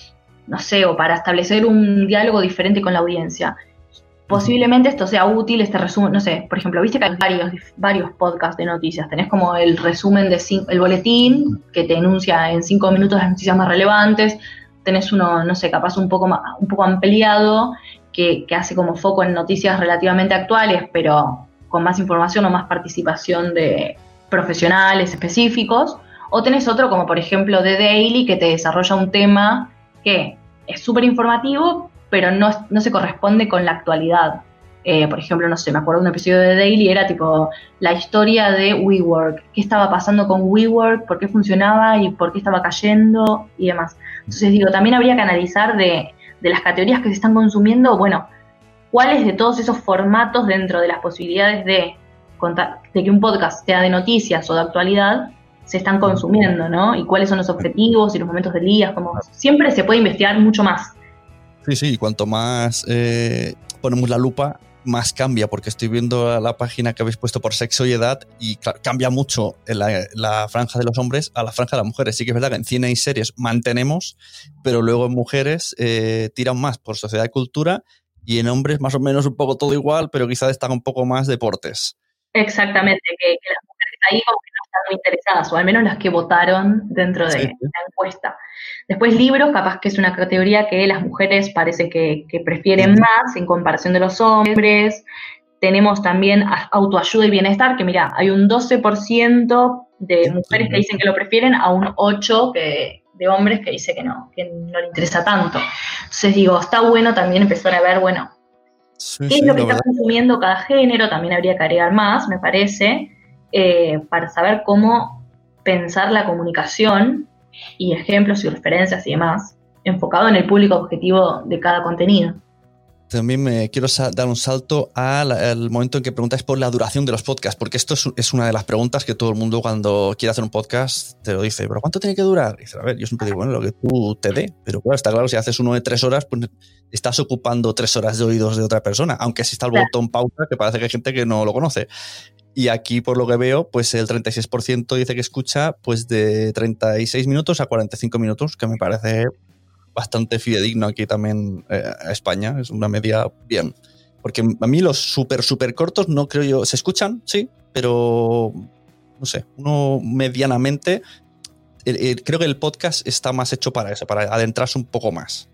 no sé, o para establecer un diálogo diferente con la audiencia. Posiblemente esto sea útil, este resumen, no sé, por ejemplo, viste que hay varios, varios podcasts de noticias, tenés como el resumen de cinco, el boletín que te enuncia en cinco minutos las noticias más relevantes, tenés uno, no sé, capaz un poco más, un poco ampliado, que, que hace como foco en noticias relativamente actuales, pero con más información o más participación de profesionales específicos, o tenés otro como por ejemplo The Daily, que te desarrolla un tema que es súper informativo, pero no, no se corresponde con la actualidad. Eh, por ejemplo, no sé, me acuerdo de un episodio de Daily, era tipo la historia de WeWork, qué estaba pasando con WeWork, por qué funcionaba y por qué estaba cayendo y demás. Entonces digo, también habría que analizar de, de las categorías que se están consumiendo, bueno, cuáles de todos esos formatos dentro de las posibilidades de, contar, de que un podcast sea de noticias o de actualidad se están consumiendo, ¿no? Y cuáles son los objetivos y los momentos del día, como siempre se puede investigar mucho más. Sí, sí, cuanto más eh, ponemos la lupa, más cambia, porque estoy viendo la página que habéis puesto por sexo y edad y claro, cambia mucho la, la franja de los hombres a la franja de las mujeres. Sí que es verdad que en cine y series mantenemos, pero luego en mujeres eh, tiran más por sociedad y cultura y en hombres más o menos un poco todo igual, pero quizás destaca un poco más deportes. Exactamente, que, que las mujeres ahí como que no están muy interesadas, o al menos las que votaron dentro de sí, sí. la encuesta. Después libros, capaz que es una categoría que las mujeres parece que, que prefieren sí. más en comparación de los hombres. Tenemos también autoayuda y bienestar, que mira, hay un doce por ciento de mujeres que dicen que lo prefieren a un ocho por ciento que, de hombres que dice que no, que no le interesa tanto. Entonces digo, está bueno también empezar a ver, bueno, sí, qué sí, es lo que está verdad. consumiendo cada género, también habría que agregar más, me parece, eh, para saber cómo pensar la comunicación y ejemplos y referencias y demás, enfocado en el público objetivo de cada contenido. También me quiero dar un salto al, al momento en que preguntáis por la duración de los podcasts, porque esto es, es una de las preguntas que todo el mundo cuando quiere hacer un podcast te lo dice, ¿pero cuánto tiene que durar? Y dice, a ver, yo siempre digo, bueno, lo que tú te dé, pero claro, está claro, si haces uno de tres horas, pues estás ocupando tres horas de oídos de otra persona, aunque exista el claro. botón pausa, que parece que hay gente que no lo conoce. Y aquí, por lo que veo, pues el treinta y seis por ciento dice que escucha pues de treinta y seis minutos a cuarenta y cinco minutos, que me parece bastante fidedigno aquí también eh, a España, es una media bien. Porque a mí los súper, súper cortos no creo yo, se escuchan, sí, pero no sé, uno medianamente, el, el, creo que el podcast está más hecho para eso, para adentrarse un poco más.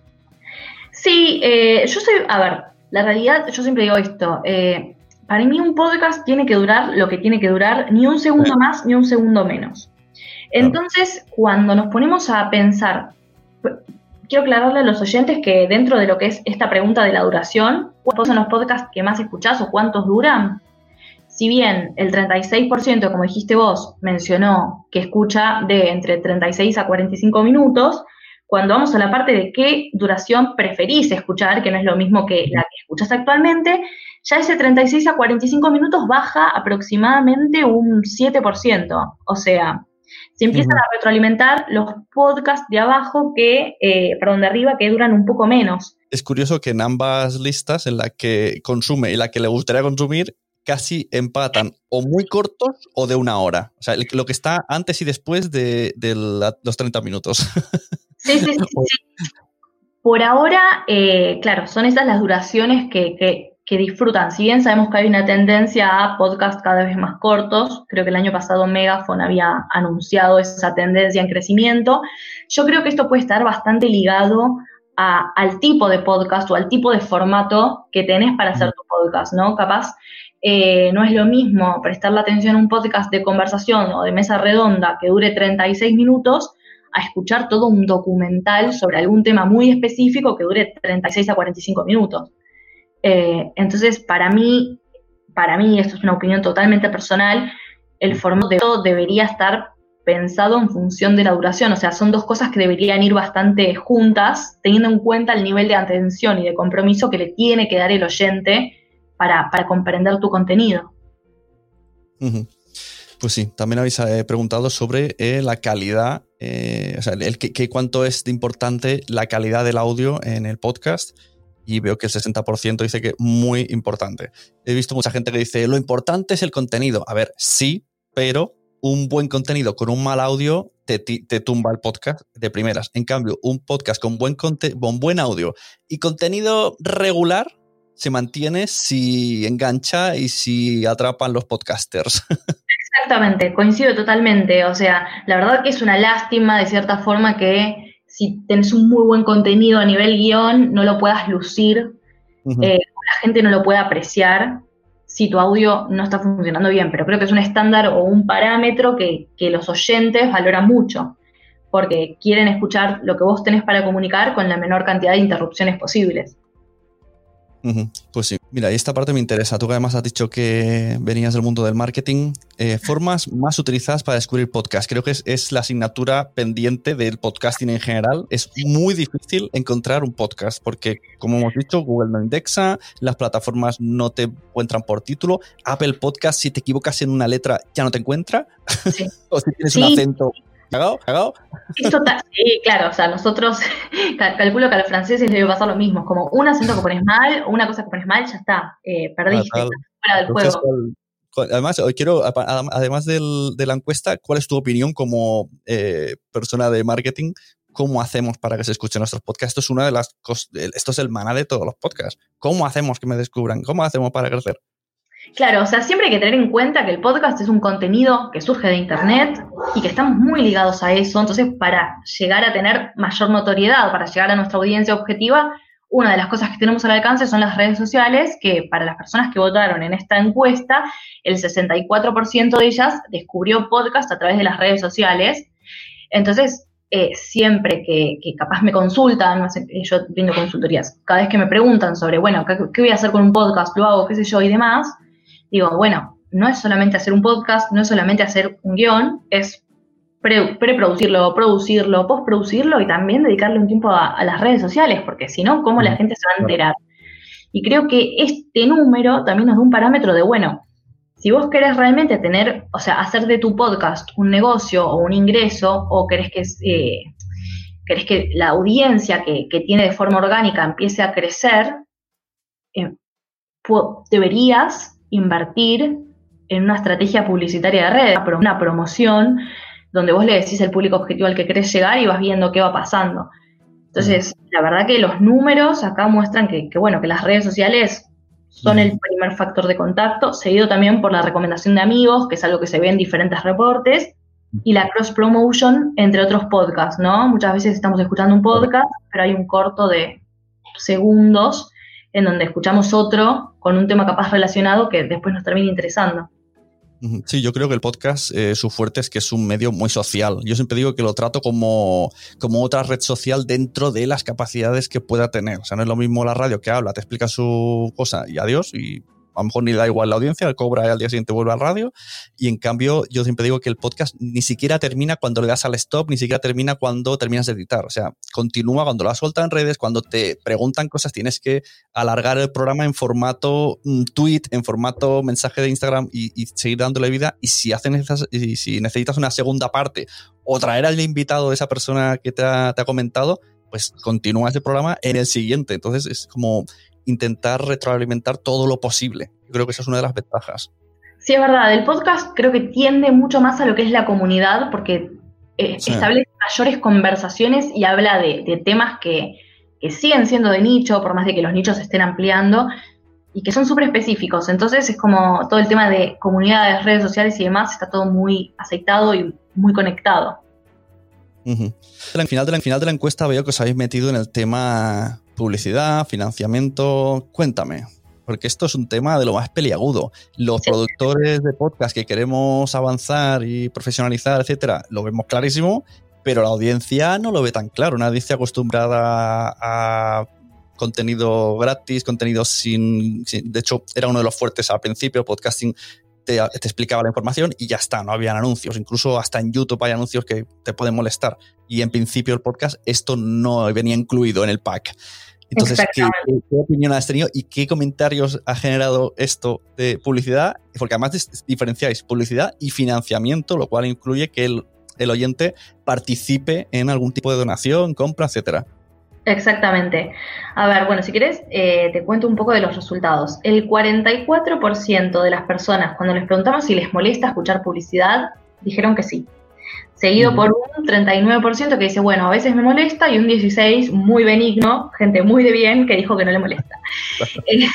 Sí, eh, yo soy, a ver, la realidad, yo siempre digo esto, eh, para mí un podcast tiene que durar lo que tiene que durar, ni un segundo sí. más, ni un segundo menos. Entonces, claro. cuando nos ponemos a pensar, quiero aclararle a los oyentes que dentro de lo que es esta pregunta de la duración, ¿cuántos son los podcasts que más escuchás o cuántos duran? Si bien el treinta y seis por ciento, como dijiste vos, mencionó que escucha de entre treinta y seis a cuarenta y cinco minutos, cuando vamos a la parte de qué duración preferís escuchar, que no es lo mismo que la que escuchás actualmente, ya ese treinta y seis a cuarenta y cinco minutos baja aproximadamente un siete por ciento. O sea, se empiezan uh-huh. a retroalimentar los podcasts de abajo que, eh, perdón, de arriba, que duran un poco menos. Es curioso que en ambas listas, en la que consume y la que le gustaría consumir, casi empatan o muy cortos o de una hora. O sea, lo que está antes y después de, de la, los treinta minutos. Sí, sí, sí, sí. Por ahora, eh, claro, son esas las duraciones que, que, que disfrutan. Si bien sabemos que hay una tendencia a podcasts cada vez más cortos, creo que el año pasado Megaphone había anunciado esa tendencia en crecimiento, yo creo que esto puede estar bastante ligado a, al tipo de podcast o al tipo de formato que tenés para hacer tu podcast, ¿no? Capaz eh, no es lo mismo prestarle atención a un podcast de conversación o de mesa redonda que dure treinta y seis minutos a escuchar todo un documental sobre algún tema muy específico que dure treinta y seis a cuarenta y cinco minutos. Eh, entonces, para mí, para mí, esto es una opinión totalmente personal, el formato de todo debería estar pensado en función de la duración, o sea, son dos cosas que deberían ir bastante juntas, teniendo en cuenta el nivel de atención y de compromiso que le tiene que dar el oyente para, para comprender tu contenido. Uh-huh. Pues sí, también habéis eh, preguntado sobre eh, la calidad, eh, o sea, el, que, que cuánto es de importante la calidad del audio en el podcast, y veo que el sesenta por ciento dice que muy importante. He visto mucha gente que dice, lo importante es el contenido. A ver, sí, pero un buen contenido con un mal audio te, te tumba el podcast de primeras. En cambio, un podcast con buen, conte- con buen audio y contenido regular se mantiene si engancha y si atrapan los podcasters. Exactamente, coincido totalmente. O sea, la verdad que es una lástima de cierta forma que si tenés un muy buen contenido a nivel guión, no lo puedas lucir, uh-huh. eh, la gente no lo pueda apreciar si tu audio no está funcionando bien. Pero creo que es un estándar o un parámetro que, que los oyentes valoran mucho, porque quieren escuchar lo que vos tenés para comunicar con la menor cantidad de interrupciones posibles. Uh-huh. Pues sí. Mira, y esta parte me interesa. Tú que además has dicho que venías del mundo del marketing. Eh, formas más utilizadas para descubrir podcast. Creo que es, es la asignatura pendiente del podcasting en general. Es muy difícil encontrar un podcast porque, como hemos dicho, Google no indexa, las plataformas no te encuentran por título. Apple Podcast, si te equivocas en una letra, ya no te encuentra. Sí. O si tienes sí. un acento... ¿Cagado? ¿Cagado? Esto ta- sí, claro, o sea, nosotros calculo que a los franceses les debe pasar lo mismo, como un acento que pones mal o una cosa que pones mal, ya está, eh, perdiste, ah, fuera del Entonces, juego. ¿cuál, cuál, además, hoy quiero, además del, de la encuesta, ¿cuál es tu opinión como eh, persona de marketing? ¿Cómo hacemos para que se escuchen nuestros podcasts? Esto es una de las cosas, esto es el maná de todos los podcasts. ¿Cómo hacemos que me descubran? ¿Cómo hacemos para crecer? Claro, o sea, siempre hay que tener en cuenta que el podcast es un contenido que surge de internet y que estamos muy ligados a eso. Entonces, para llegar a tener mayor notoriedad, para llegar a nuestra audiencia objetiva, una de las cosas que tenemos al alcance son las redes sociales, que para las personas que votaron en esta encuesta, el sesenta y cuatro por ciento de ellas descubrió podcast a través de las redes sociales. Entonces, eh, siempre que, que capaz me consultan, no sé, yo brindo consultorías, cada vez que me preguntan sobre, bueno, ¿qué, qué voy a hacer con un podcast? Lo hago, qué sé yo, y demás. Digo, bueno, no es solamente hacer un podcast, no es solamente hacer un guión, es pre- preproducirlo, producirlo, postproducirlo y también dedicarle un tiempo a, a las redes sociales, porque si no, ¿cómo la gente se va a enterar? Y creo que este número también nos da un parámetro de, bueno, si vos querés realmente tener, o sea, hacer de tu podcast un negocio o un ingreso, o querés que, eh, querés que la audiencia que, que tiene de forma orgánica empiece a crecer, eh, pu- deberías invertir en una estrategia publicitaria de redes, una promoción donde vos le decís al público objetivo al que querés llegar y vas viendo qué va pasando. Entonces, la verdad que los números acá muestran que, que bueno, que las redes sociales son el primer factor de contacto, seguido también por la recomendación de amigos, que es algo que se ve en diferentes reportes, y la cross-promotion entre otros podcasts, ¿no? Muchas veces estamos escuchando un podcast, pero hay un corto de segundos en donde escuchamos otro con un tema capaz relacionado que después nos termina interesando. Sí, yo creo que el podcast, eh, su fuerte es que es un medio muy social. Yo siempre digo que lo trato como, como otra red social dentro de las capacidades que pueda tener. O sea, no es lo mismo la radio que habla, te explica su cosa y adiós, y a lo mejor ni le da igual la audiencia, cobra y al día siguiente vuelve al radio. Y en cambio, yo siempre digo que el podcast ni siquiera termina cuando le das al stop, ni siquiera termina cuando terminas de editar. O sea, continúa cuando lo has soltado en redes, cuando te preguntan cosas, tienes que alargar el programa en formato un tweet, en formato mensaje de Instagram y, y seguir dándole vida. Y si, hacen esas, y si necesitas una segunda parte o traer al invitado de esa persona que te ha, te ha comentado, pues continúa ese programa en el siguiente. Entonces es como intentar retroalimentar todo lo posible. Yo creo que esa es una de las ventajas. Sí, es verdad. El podcast creo que tiende mucho más a lo que es la comunidad porque eh, sí. establece mayores conversaciones y habla de, de temas que, que siguen siendo de nicho, por más de que los nichos se estén ampliando, y que son súper específicos. Entonces es como todo el tema de comunidades, redes sociales y demás, está todo muy aceitado y muy conectado. Uh-huh. Al final de la, al final de la encuesta veo que os habéis metido en el tema publicidad, financiamiento. Cuéntame, porque esto es un tema de lo más peliagudo. Los sí. productores de podcast que queremos avanzar y profesionalizar, etcétera, lo vemos clarísimo, pero la audiencia no lo ve tan claro. Una audiencia acostumbrada a contenido gratis, contenido sin, sin... De hecho, era uno de los fuertes al principio. Podcasting te, te explicaba la información y ya está, no habían anuncios. Incluso hasta en YouTube hay anuncios que te pueden molestar. Y en principio el podcast, esto no venía incluido en el pack. Entonces, ¿qué, ¿qué opinión has tenido y qué comentarios ha generado esto de publicidad? Porque además diferenciáis publicidad y financiamiento, lo cual incluye que el, el oyente participe en algún tipo de donación, compra, etcétera. Exactamente. A ver, bueno, si querés, eh, te cuento un poco de los resultados. El cuarenta y cuatro por ciento de las personas, cuando les preguntamos si les molesta escuchar publicidad, dijeron que sí. Seguido uh-huh. por un treinta y nueve por ciento que dice, bueno, a veces me molesta, y un dieciséis por ciento muy benigno, gente muy de bien, que dijo que no le molesta. eh,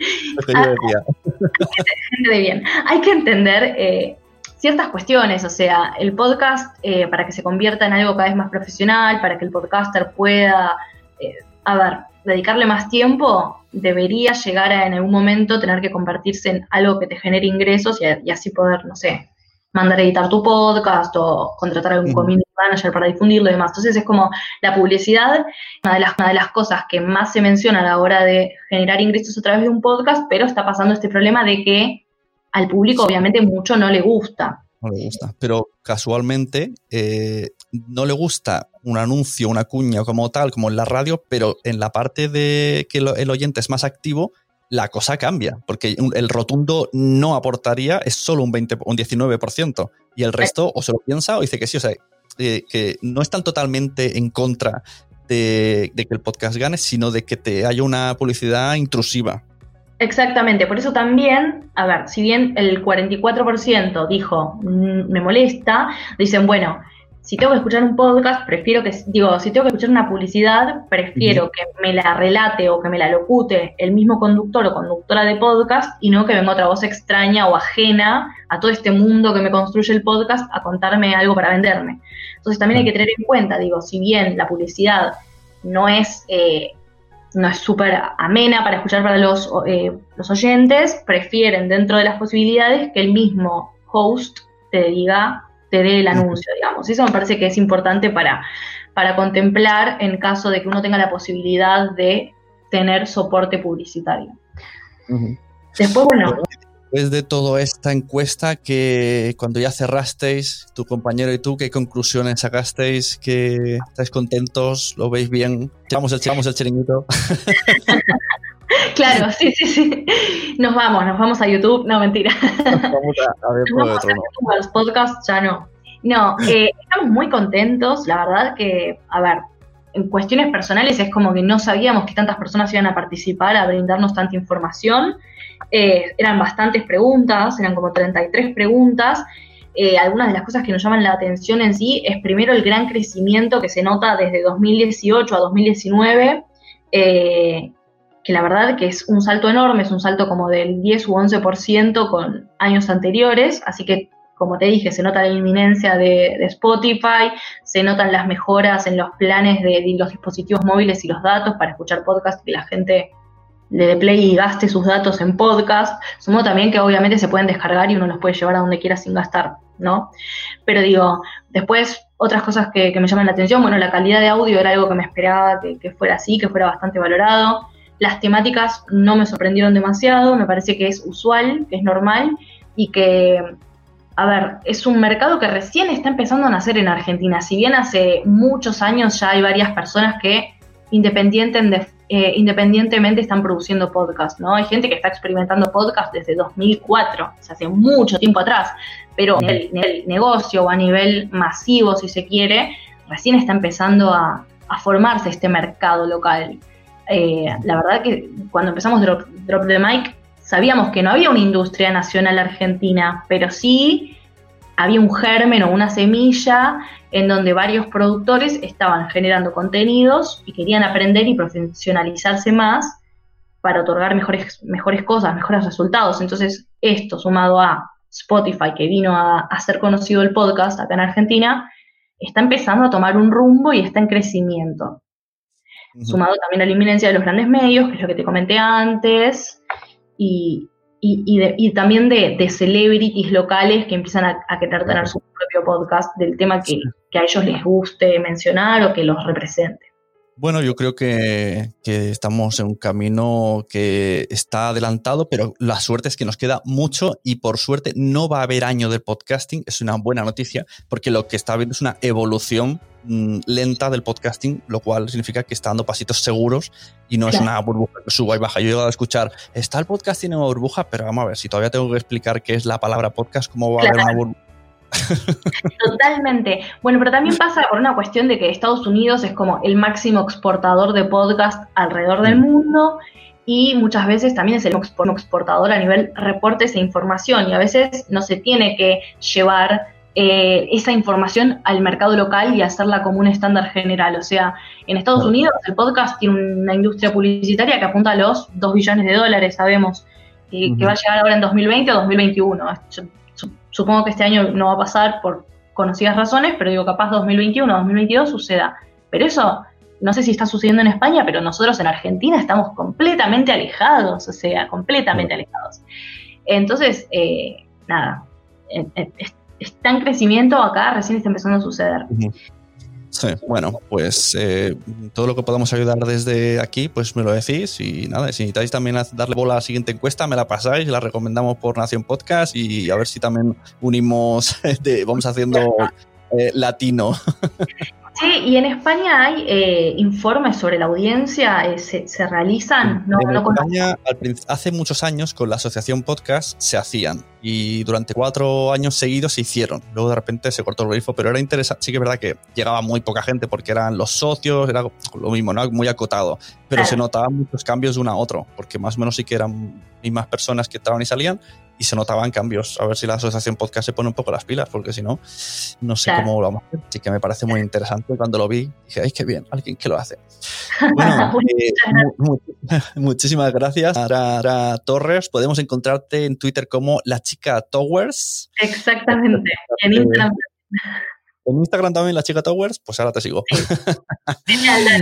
gente de bien. Hay que entender eh, ciertas cuestiones, o sea, el podcast, eh, para que se convierta en algo cada vez más profesional, para que el podcaster pueda... Eh, a ver, dedicarle más tiempo, debería llegar a en algún momento tener que convertirse en algo que te genere ingresos y, y así poder, no sé, mandar a editar tu podcast o contratar a algún uh-huh. community manager para difundirlo y demás. Entonces es como la publicidad, una de, las, una de las cosas que más se menciona a la hora de generar ingresos a través de un podcast, pero está pasando este problema de que al público obviamente mucho no le gusta. No le gusta, pero casualmente eh, no le gusta un anuncio, una cuña como tal, como en la radio, pero en la parte de que lo, el oyente es más activo, la cosa cambia, porque el rotundo no aportaría, es solo un veinte, un diecinueve por ciento, y el resto o se lo piensa o dice que sí, o sea, eh, que no están totalmente en contra de, de que el podcast gane, sino de que te haya una publicidad intrusiva. Exactamente, por eso también, a ver, si bien el cuarenta y cuatro por ciento dijo, mmm, me molesta, dicen, bueno, si tengo que escuchar un podcast, prefiero que, digo, si tengo que escuchar una publicidad, prefiero uh-huh. que me la relate o que me la locute el mismo conductor o conductora de podcast y no que venga otra voz extraña o ajena a todo este mundo que me construye el podcast a contarme algo para venderme. Entonces también hay que tener en cuenta, digo, si bien la publicidad no es... Eh, no es súper amena para escuchar para los, eh, los oyentes, prefieren dentro de las posibilidades que el mismo host te diga, te dé el anuncio, digamos. Eso me parece que es importante para, para contemplar en caso de que uno tenga la posibilidad de tener soporte publicitario. Uh-huh. Después, bueno... Después de toda esta encuesta, que cuando ya cerrasteis, tu compañero y tú, ¿qué conclusiones sacasteis? ¿Que estáis contentos? ¿Lo veis bien? ¿Echamos el, echamos el chiringuito? Claro, sí, sí, sí. Nos vamos, nos vamos a YouTube. No, mentira. Nos vamos a, a ver nos vamos a YouTube, a los podcasts ya no. No, eh, estamos muy contentos. La verdad que, a ver, en cuestiones personales es como que no sabíamos que tantas personas iban a participar, a brindarnos tanta información. Eh, eran bastantes preguntas, eran como treinta y tres preguntas. Eh, algunas de las cosas que nos llaman la atención en sí es primero el gran crecimiento que se nota desde dos mil dieciocho a dos mil diecinueve, eh, que la verdad que es un salto enorme, es un salto como del diez u once por ciento con años anteriores, así que como te dije, se nota la inminencia de, de Spotify, se notan las mejoras en los planes de, de los dispositivos móviles y los datos para escuchar podcast, que la gente le dé play y gaste sus datos en podcast. Sumo también que obviamente se pueden descargar y uno los puede llevar a donde quiera sin gastar, ¿no? Pero digo, después otras cosas que, que me llaman la atención, bueno, la calidad de audio era algo que me esperaba que, que fuera así, que fuera bastante valorado. Las temáticas no me sorprendieron demasiado, me parece que es usual, que es normal y que... A ver, es un mercado que recién está empezando a nacer en Argentina. Si bien hace muchos años ya hay varias personas que independiente de, eh, independientemente están produciendo podcast, ¿no? Hay gente que está experimentando podcast desde dos mil cuatro, o sea, hace mucho tiempo atrás, pero en el, en el negocio o a nivel masivo, si se quiere, recién está empezando a, a formarse este mercado local. Eh, la verdad que cuando empezamos Drop, Drop the Mic, sabíamos que no había una industria nacional argentina, pero sí había un germen o una semilla en donde varios productores estaban generando contenidos y querían aprender y profesionalizarse más para otorgar mejores, mejores cosas, mejores resultados. Entonces, esto sumado a Spotify, que vino a hacer conocido el podcast acá en Argentina, está empezando a tomar un rumbo y está en crecimiento. Uh-huh. Sumado también a la inminencia de los grandes medios, que es lo que te comenté antes, y, y, y, de, y también de, de celebrities locales que empiezan a, a querer tener su propio podcast del tema que, que a ellos les guste mencionar o que los represente. Bueno, yo creo que, que estamos en un camino que está adelantado, pero la suerte es que nos queda mucho y por suerte no va a haber año del podcasting. Es una buena noticia porque lo que está habiendo es una evolución mmm, lenta del podcasting, lo cual significa que está dando pasitos seguros y no claro. es una burbuja que suba y baja. Yo he llegado a escuchar, está el podcasting en una burbuja, pero vamos a ver, si todavía tengo que explicar qué es la palabra podcast, ¿cómo va claro. a haber una burbuja? Totalmente. Bueno, pero también pasa por una cuestión de que Estados Unidos es como el máximo exportador de podcast alrededor del mundo y muchas veces también es el exportador a nivel reportes e información y a veces no se tiene que llevar eh, esa información al mercado local y hacerla como un estándar general. O sea, en Estados Unidos el podcast tiene una industria publicitaria que apunta a los dos billones de dólares, sabemos, y uh-huh. que va a llegar ahora en dos mil veinte o dos mil veintiuno. Yo, Supongo que este año no va a pasar por conocidas razones, pero digo, capaz dos mil veintiuno, dos mil veintidós suceda. Pero eso, no sé si está sucediendo en España, pero nosotros en Argentina estamos completamente alejados, o sea, completamente sí. alejados. Entonces, eh, nada, eh, eh, está en crecimiento acá, recién está empezando a suceder. Uh-huh. Sí, bueno, pues eh, todo lo que podamos ayudar desde aquí, pues me lo decís y nada, si necesitáis también darle bola a la siguiente encuesta, me la pasáis, la recomendamos por Nación Podcast y a ver si también unimos, de, vamos haciendo eh, latino. Sí, y en España hay eh, informes sobre la audiencia, eh, se, se realizan. No, en no España, al, hace muchos años, con la asociación Podcast se hacían y durante cuatro años seguidos se hicieron. Luego de repente se cortó el grifo, pero era interesante. Sí que es verdad que llegaba muy poca gente porque eran los socios, era lo mismo, ¿no? Muy acotado. Pero claro. se notaban muchos cambios de uno a otro, porque más o menos sí que eran mismas personas que entraban y salían. Y se notaban cambios. A ver si la asociación Podcast se pone un poco las pilas, porque si no, no sé claro. cómo lo vamos a hacer. Así que me parece muy interesante. Cuando lo vi, dije, ¡ay, qué bien! Alguien que lo hace. Bueno, eh, mu- muchísimas gracias, Ara Torres. Podemos encontrarte en Twitter como La Chica Towers. Exactamente. En Instagram. En Instagram también, La Chica Towers. Pues ahora te sigo. Sí. Dale, dale, dale.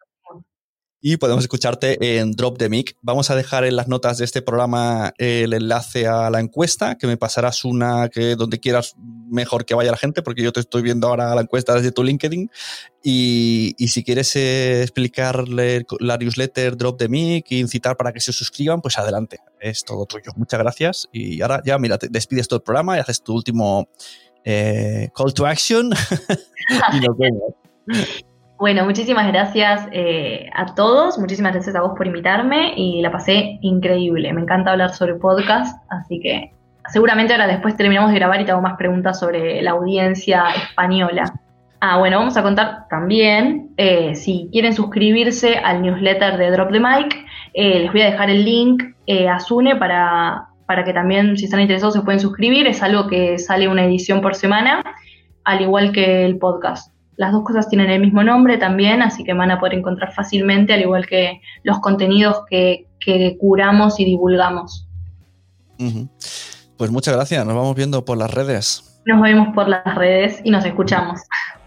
Y podemos escucharte en Drop the Mic. Vamos a dejar en las notas de este programa el enlace a la encuesta, que me pasarás una que donde quieras mejor que vaya la gente, porque yo te estoy viendo ahora la encuesta desde tu LinkedIn. Y, y si quieres eh, explicarle la newsletter Drop the Mic y incitar para que se suscriban, pues adelante. Es todo tuyo. Muchas gracias. Y ahora ya, mira, te despides todo el programa y haces tu último eh, call to action y nos vemos. Bueno, muchísimas gracias eh, a todos, muchísimas gracias a vos por invitarme y la pasé increíble. Me encanta hablar sobre podcast, así que seguramente ahora después terminamos de grabar y te hago más preguntas sobre la audiencia española. Ah, bueno, vamos a contar también, eh, si quieren suscribirse al newsletter de Drop the Mic, eh, les voy a dejar el link eh, a Sune para, para que también, si están interesados, se pueden suscribir. Es algo que sale una edición por semana, al igual que el podcast. Las dos cosas tienen el mismo nombre también, así que van a poder encontrar fácilmente, al igual que los contenidos que, que curamos y divulgamos. Uh-huh. Pues muchas gracias, nos vamos viendo por las redes. Nos vemos por las redes y nos escuchamos.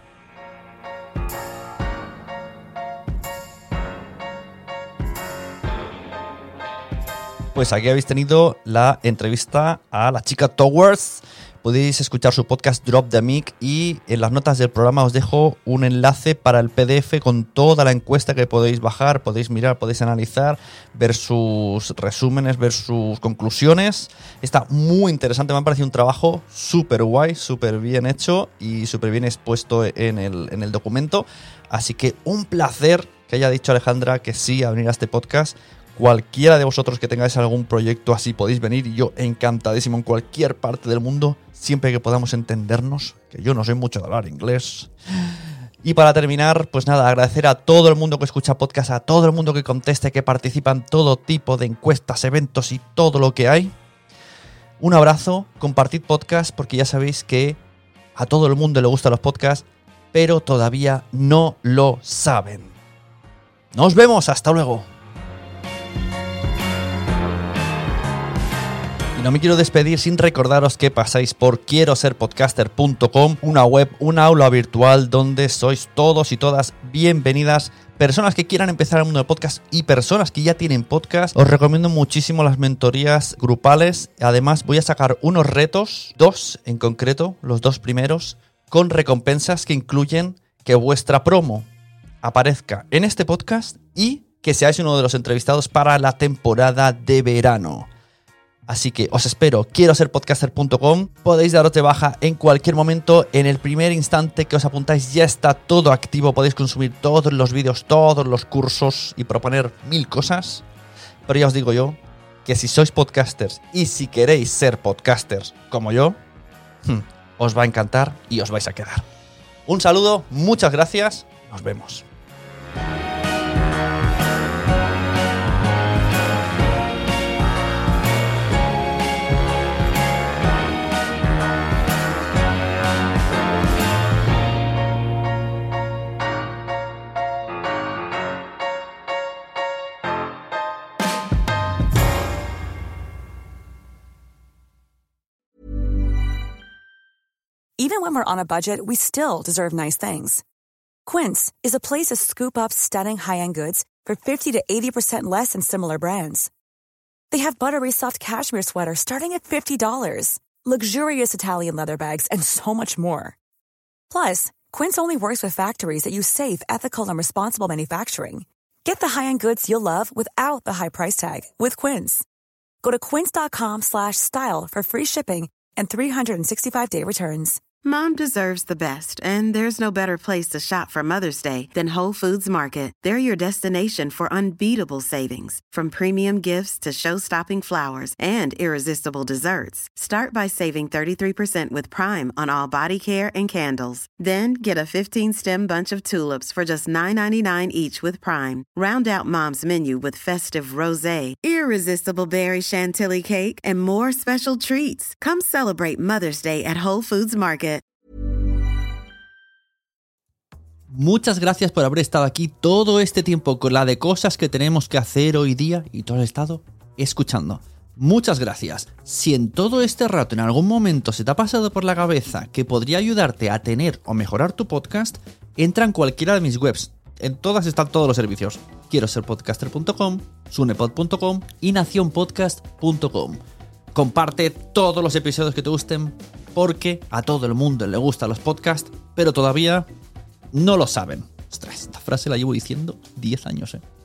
Pues aquí habéis tenido la entrevista a La Chica Towers. Podéis escuchar su podcast Drop the Mic y en las notas del programa os dejo un enlace para el P D F con toda la encuesta que podéis bajar, podéis mirar, podéis analizar, ver sus resúmenes, ver sus conclusiones. Está muy interesante, me ha parecido un trabajo súper guay, súper bien hecho y súper bien expuesto en el, en el documento. Así que un placer que haya dicho Alejandra que sí a venir a este podcast. Cualquiera de vosotros que tengáis algún proyecto así podéis venir y yo encantadísimo en cualquier parte del mundo, siempre que podamos entendernos, que yo no soy mucho de hablar inglés. Y para terminar, pues nada, agradecer a todo el mundo que escucha podcast, a todo el mundo que conteste, que participa en todo tipo de encuestas, eventos y todo lo que hay. Un abrazo, compartid podcast porque ya sabéis que a todo el mundo le gustan los podcasts, pero todavía no lo saben. Nos vemos, hasta luego. No me quiero despedir sin recordaros que pasáis por quiero ser podcaster punto com, una web, una aula virtual donde sois todos y todas bienvenidas. Personas que quieran empezar el mundo del podcast y personas que ya tienen podcast. Os recomiendo muchísimo las mentorías grupales. Además voy a sacar unos retos, dos en concreto, los dos primeros, con recompensas que incluyen que vuestra promo aparezca en este podcast y que seáis uno de los entrevistados para la temporada de verano. Así que os espero, quiero ser podcaster punto com. Podéis daros de baja en cualquier momento. En el primer instante que os apuntáis ya está todo activo. Podéis consumir todos los vídeos, todos los cursos y proponer mil cosas. Pero ya os digo yo que si sois podcasters y si queréis ser podcasters como yo, os va a encantar y os vais a quedar. Un saludo, muchas gracias, nos vemos. Even when we're on a budget, we still deserve nice things. Quince is a place to scoop up stunning high-end goods for fifty to eighty percent less than similar brands. They have buttery soft cashmere sweaters starting at fifty dollars, luxurious Italian leather bags, and so much more. Plus, Quince only works with factories that use safe, ethical, and responsible manufacturing. Get the high-end goods you'll love without the high price tag with Quince. Go to quince.com slash style for free shipping and three sixty-five day returns. Mom deserves the best, and there's no better place to shop for Mother's Day than Whole Foods Market. They're your destination for unbeatable savings, from premium gifts to show-stopping flowers and irresistible desserts. Start by saving thirty-three percent with Prime on all body care and candles. Then get a fifteen-stem bunch of tulips for just nine ninety-nine each with Prime. Round out Mom's menu with festive rosé, irresistible berry chantilly cake, and more special treats. Come celebrate Mother's Day at Whole Foods Market. Muchas gracias por haber estado aquí todo este tiempo con la de cosas que tenemos que hacer hoy día y todo el estado escuchando. Muchas gracias. Si en todo este rato en algún momento se te ha pasado por la cabeza que podría ayudarte a tener o mejorar tu podcast, entra en cualquiera de mis webs. En todas están todos los servicios. quiero ser podcaster punto com, sunepod punto com y nación podcast punto com. Comparte todos los episodios que te gusten porque a todo el mundo le gustan los podcasts, pero todavía no lo saben. Ostras, esta frase la llevo diciendo diez años, ¿eh?